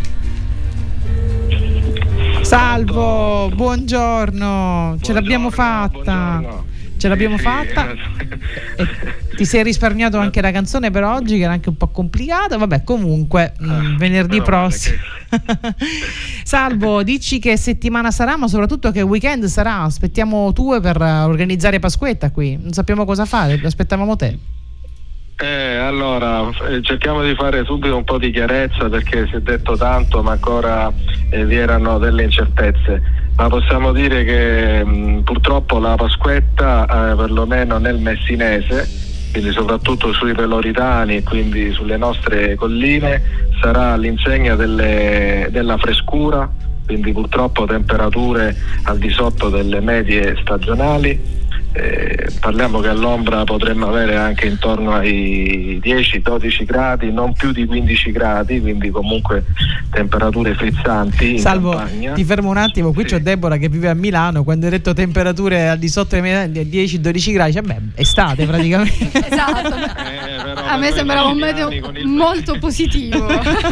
Salvo, buongiorno, ce l'abbiamo fatta. ce l'abbiamo fatta. E ti sei risparmiato anche la canzone per oggi, che era anche un po' complicata. Vabbè, comunque mh, venerdì prossimo. Salvo, dici che settimana sarà, ma soprattutto che weekend sarà. Aspettiamo tue per organizzare Pasquetta qui. Non sappiamo cosa fare, aspettavamo te. Eh, allora eh, cerchiamo di fare subito un po' di chiarezza, perché si è detto tanto ma ancora eh, vi erano delle incertezze, ma possiamo dire che mh, purtroppo la Pasquetta eh, perlomeno nel messinese, quindi soprattutto sui peloritani e quindi sulle nostre colline, sarà all'insegna delle, della frescura, quindi purtroppo temperature al di sotto delle medie stagionali. Eh, parliamo che all'ombra potremmo avere anche intorno ai dieci dodici gradi, non più di quindici gradi, quindi comunque temperature frizzanti in Salvo, campagna. ti fermo un attimo, qui sì. c'è Deborah che vive a Milano, quando hai detto temperature al di sotto dei dieci dodici gradi, cioè beh, estate praticamente. Esatto. Eh, a me sembrava un meteo il... molto positivo.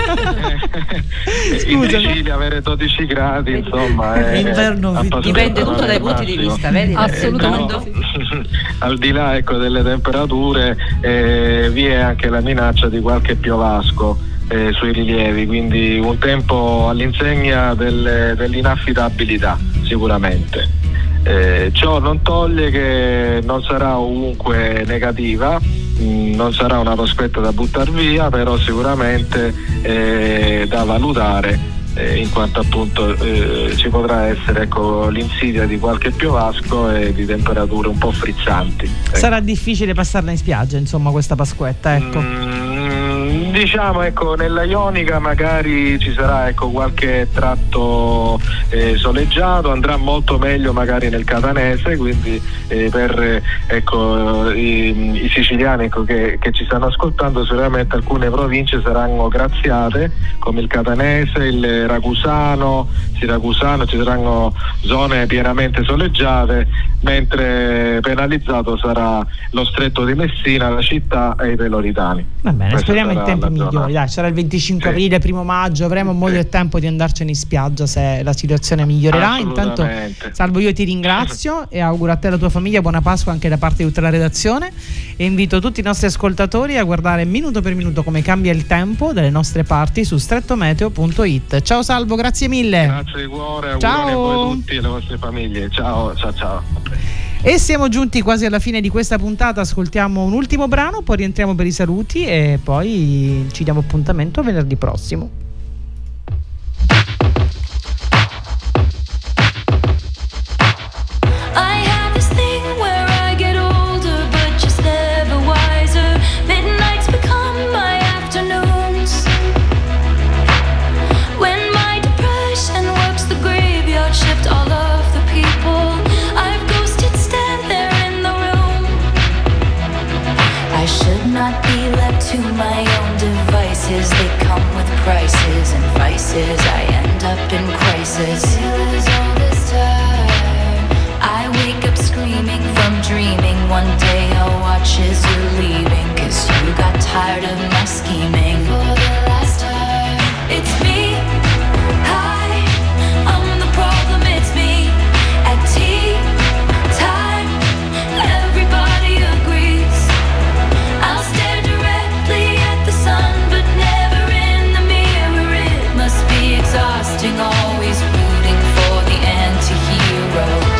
In Sicilia avere dodici gradi insomma è inverno, dipende tutto dai punti di vista, vedi? Assolutamente. Al di là ecco delle temperature eh, vi è anche la minaccia di qualche piovasco eh, sui rilievi, quindi un tempo all'insegna del, dell'inaffidabilità sicuramente. Eh, ciò non toglie che non sarà ovunque negativa, mh, non sarà una Pasquetta da buttare via, però sicuramente eh, da valutare, eh, in quanto appunto eh, ci potrà essere ecco, l'insidia di qualche piovasco e di temperature un po' frizzanti. Ecco. Sarà difficile passarla in spiaggia, insomma, questa Pasquetta, ecco. Mm, diciamo ecco, nella Ionica magari ci sarà ecco, qualche tratto eh, soleggiato, andrà molto meglio magari nel Catanese, quindi eh, per ecco, i, i siciliani ecco, che, che ci stanno ascoltando, sicuramente alcune province saranno graziate, come il Catanese, il Ragusano, Siracusano, ci saranno zone pienamente soleggiate, mentre penalizzato sarà lo stretto di Messina, la città e i peloritani. Va bene, Questa speriamo in tempi migliori. zona. Dai, sarà il venticinque Sì. aprile, primo maggio, avremo modo e tempo di andarcene in spiaggia se la situazione migliorerà. Intanto, Assolutamente. Salvo, io ti ringrazio e auguro a te e alla tua famiglia buona Pasqua anche da parte di tutta la redazione, e invito tutti i nostri ascoltatori a guardare minuto per minuto come cambia il tempo dalle nostre parti su strettometeo punto it. Ciao Salvo, grazie mille. Grazie di cuore, auguri Ciao. a voi tutti e alle vostre famiglie. Ciao, ciao, ciao. E siamo giunti quasi alla fine di questa puntata, ascoltiamo un ultimo brano, poi rientriamo per i saluti e poi ci diamo appuntamento venerdì prossimo. I have this thing where I get older, but just never wiser. Midnights become my afternoons. When my depression works the graveyard shift, all of the people I've ghosted stand there in the room. I should not be left to my own devices. They come with prices and vices. I end up in crisis. All this time I wake up screaming from dreaming. One day I'll watch as you're leaving, 'cause you got tired of my scheming. For the last time, it's me. Hi, I'm the problem, it's me. At tea time, everybody agrees. I'll stare directly at the sun, but never in the mirror. It must be exhausting, always rooting for the anti-hero.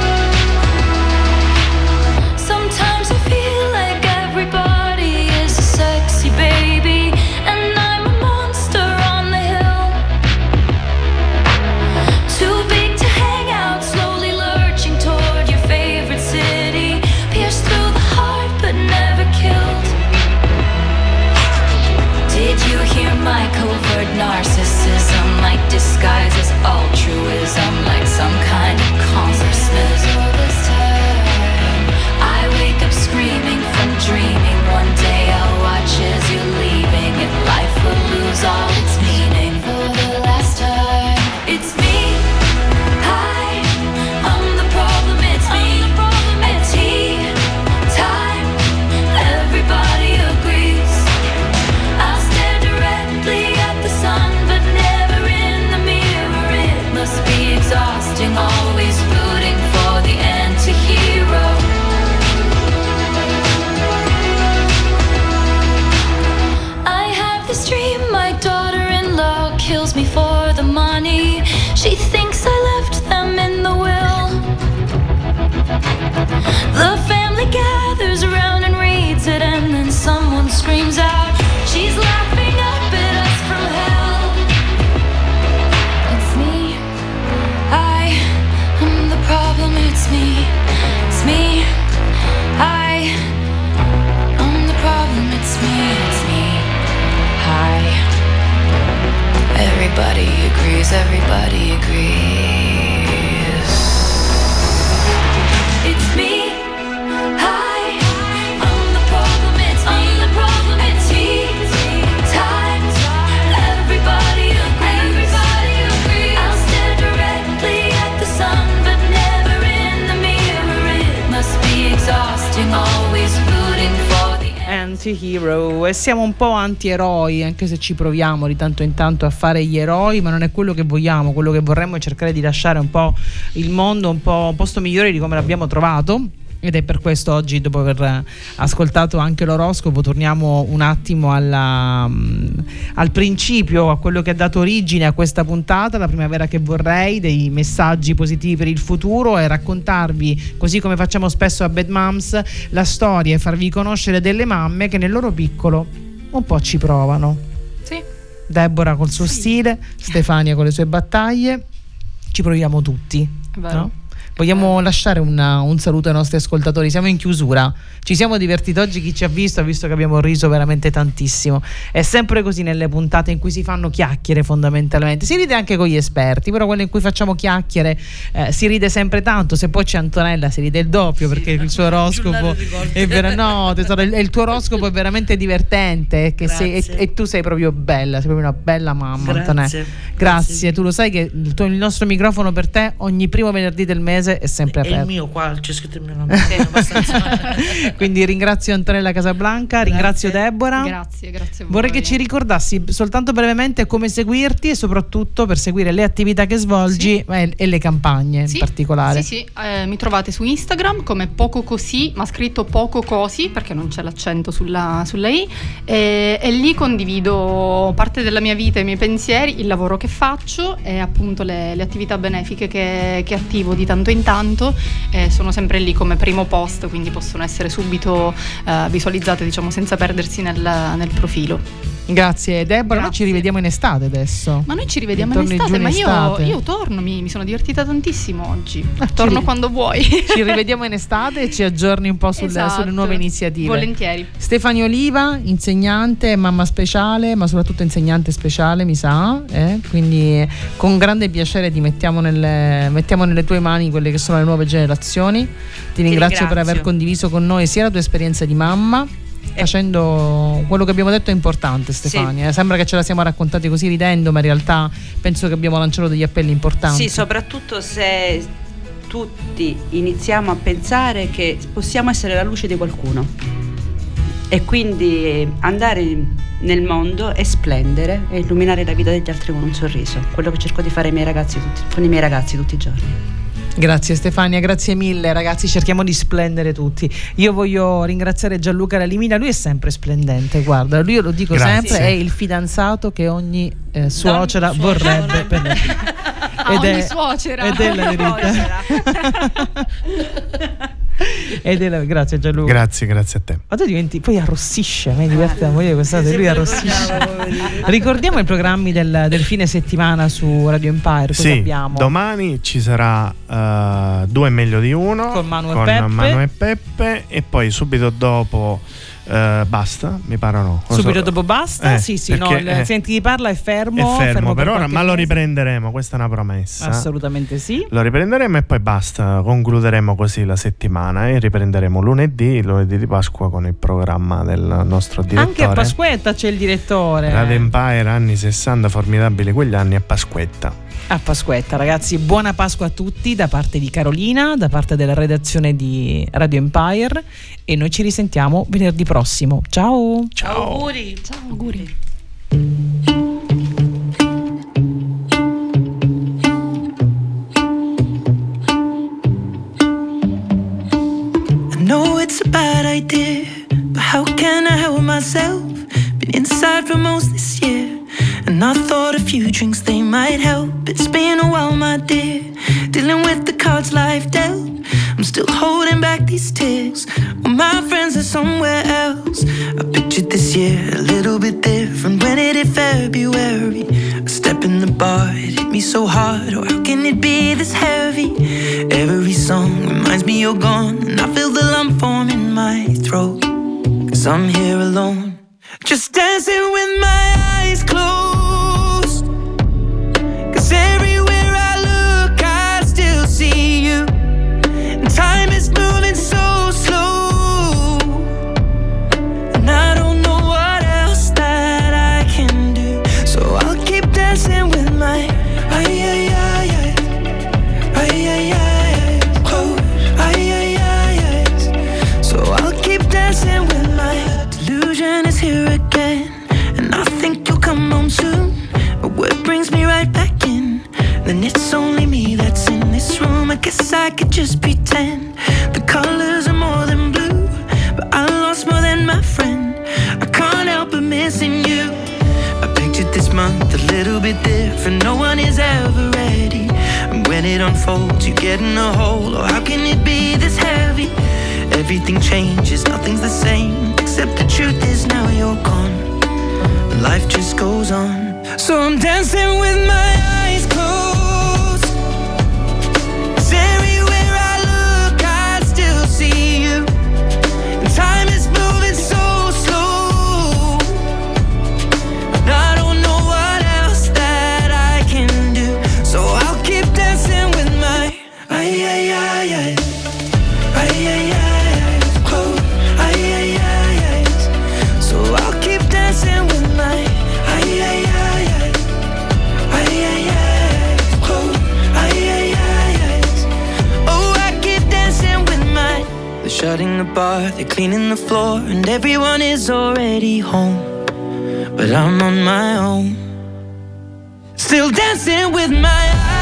Sometimes I feel like everybody is a everybody agrees, everybody agrees. It's me, hi, I'm the problem, it's me, the problem, it's me, time, everybody agrees, everybody agrees. I'll stare directly at the sun, but never in the mirror. It must be exhausting, always rooting for the anti-hero. E siamo un po' anti-eroi, anche se ci proviamo di tanto in tanto a fare gli eroi, ma non è quello che vogliamo. Quello che vorremmo è cercare di lasciare un po' il mondo un po' un posto migliore di come l'abbiamo trovato. Ed è per questo oggi, dopo aver ascoltato anche l'oroscopo, torniamo un attimo alla, um, al principio, a quello che ha dato origine a questa puntata, la primavera che vorrei, dei messaggi positivi per il futuro, e raccontarvi, così come facciamo spesso a Bad Moms, la storia e farvi conoscere delle mamme che nel loro piccolo un po' ci provano. Sì. Deborah col suo sì. stile, Stefania con le sue battaglie, ci proviamo tutti, vero. No? Vogliamo lasciare una, un saluto ai nostri ascoltatori, siamo in chiusura, ci siamo divertiti oggi, chi ci ha visto ha visto che abbiamo riso veramente tantissimo. È sempre così nelle puntate in cui si fanno chiacchiere, fondamentalmente si ride anche con gli esperti, però quelle in cui facciamo chiacchiere eh, si ride sempre tanto. Se poi c'è Antonella si ride il doppio, sì, perché il suo oroscopo è vera- no tesoro, il, il tuo oroscopo è veramente divertente, che sei, e, e tu sei proprio bella, sei proprio una bella mamma. Grazie. Antonella, grazie. grazie tu lo sai che il, tuo, il nostro microfono per te ogni primo venerdì del mese è sempre aperto. È il mio qua, c'è scritto il mio nome. Quindi ringrazio Antonella Casablanca, grazie. Ringrazio Deborah. Grazie, grazie a voi. Vorrei che ci ricordassi soltanto brevemente come seguirti, e soprattutto per seguire le attività che svolgi, sì. e, e le campagne sì. in particolare. Sì, sì, eh, mi trovate su Instagram come Poco Così, ma scritto Poco Cosi perché non c'è l'accento sulla, sulla I, e, e lì condivido parte della mia vita, i miei pensieri, il lavoro che faccio e appunto le, le attività benefiche che, che attivo di tanto in tanto, eh, sono sempre lì come primo post, quindi possono essere subito eh, visualizzate, diciamo, senza perdersi nel, nel profilo. Grazie Deborah, noi ci rivediamo in estate adesso. Ma noi ci rivediamo in Intorno estate, ma io, estate. io torno, mi, mi sono divertita tantissimo oggi. Ah, torno ri- quando vuoi. Ci rivediamo in estate e ci aggiorni un po' sul, esatto. sulle nuove iniziative. Volentieri. Stefania Oliva, insegnante, mamma speciale, ma soprattutto insegnante speciale, mi sa, eh? Quindi con grande piacere ti mettiamo nelle, mettiamo nelle tue mani quelle che sono le nuove generazioni. Ti ringrazio, ringrazio per aver condiviso con noi sia la tua esperienza di mamma, facendo quello che abbiamo detto è importante, Stefania. Sì. Sembra che ce la siamo raccontati così ridendo, ma in realtà penso che abbiamo lanciato degli appelli importanti. Sì, soprattutto se tutti iniziamo a pensare che possiamo essere la luce di qualcuno e quindi andare nel mondo e splendere e illuminare la vita degli altri con un sorriso. Quello che cerco di fare ai miei ragazzi tutti, con i miei ragazzi tutti i giorni. Grazie Stefania, grazie mille ragazzi, cerchiamo di splendere tutti. Io voglio ringraziare Gianluca Lalimina, lui è sempre splendente, guarda, lui, io lo dico grazie. sempre, è il fidanzato che ogni eh, suocera Don, vorrebbe per lei. A ed ogni è, suocera. ed è la verità. Ed è la, grazie Gianluca. Grazie, grazie a te. Ma tu diventi, poi arrossisce, a me diverte da morire quest'altro, lui arrossisce. Ricordiamo i programmi del, del fine settimana su Radio Empire, cosa sì, abbiamo? Domani ci sarà uh, Due è meglio di uno con Manu e con Peppe. Manu e Peppe, e poi subito dopo Uh, basta, mi pare no. Subito so. dopo basta? Eh, sì, sì, no, il eh, Senti di Parla è fermo. È fermo, fermo per, per ora, ma lo mese. riprenderemo, questa è una promessa. Assolutamente sì. Lo riprenderemo e poi basta, concluderemo così la settimana e riprenderemo lunedì, lunedì di Pasqua con il programma del nostro direttore. Anche a Pasquetta c'è il direttore. Radio Empire, anni sessanta, formidabili quegli anni a Pasquetta. A Pasquetta, ragazzi, buona Pasqua a tutti da parte di Carolina, da parte della redazione di Radio Empire, e noi ci risentiamo venerdì prossimo. Ciao. Ciao. Auguri. Ciao, auguri. I know it's a bad idea, but how can I help myself? Been inside for most this year, and I thought a few drinks they might help. It's been a while, my dear, dealing with the cards life dealt. I'm still holding back these tears when my friends are somewhere else. I pictured this year a little bit different when it hit February. A step in the bar, it hit me so hard. Oh, how can it be this heavy? Every song reminds me you're gone, and I feel the lump form in my throat, 'cause I'm here alone, just dancing with my eyes closed. pretend the colors are more than blue, but I lost more than my friend. I can't help but missing you. I pictured this month a little bit different. No one is ever ready, and when it unfolds you get in a hole. Oh, how can it be this heavy? Everything changes, nothing's the same, except the truth is now you're gone. Life just goes on. So I'm dancing with my eyes closed, 'cause everywhere I look I still see you. And time is moving so slow, and I don't know what else that I can do. So I'll keep dancing with my ay ay ay ay ay ay ay close, ay ay ay ay. So I'll keep dancing with my ay ay ay ay ay ay ay close, ay ay ay ay. Oh, I keep dancing with my. They're shutting the bar, they're cleaning the floor, and everyone is already home, but I'm on my own, still dancing with my eyes.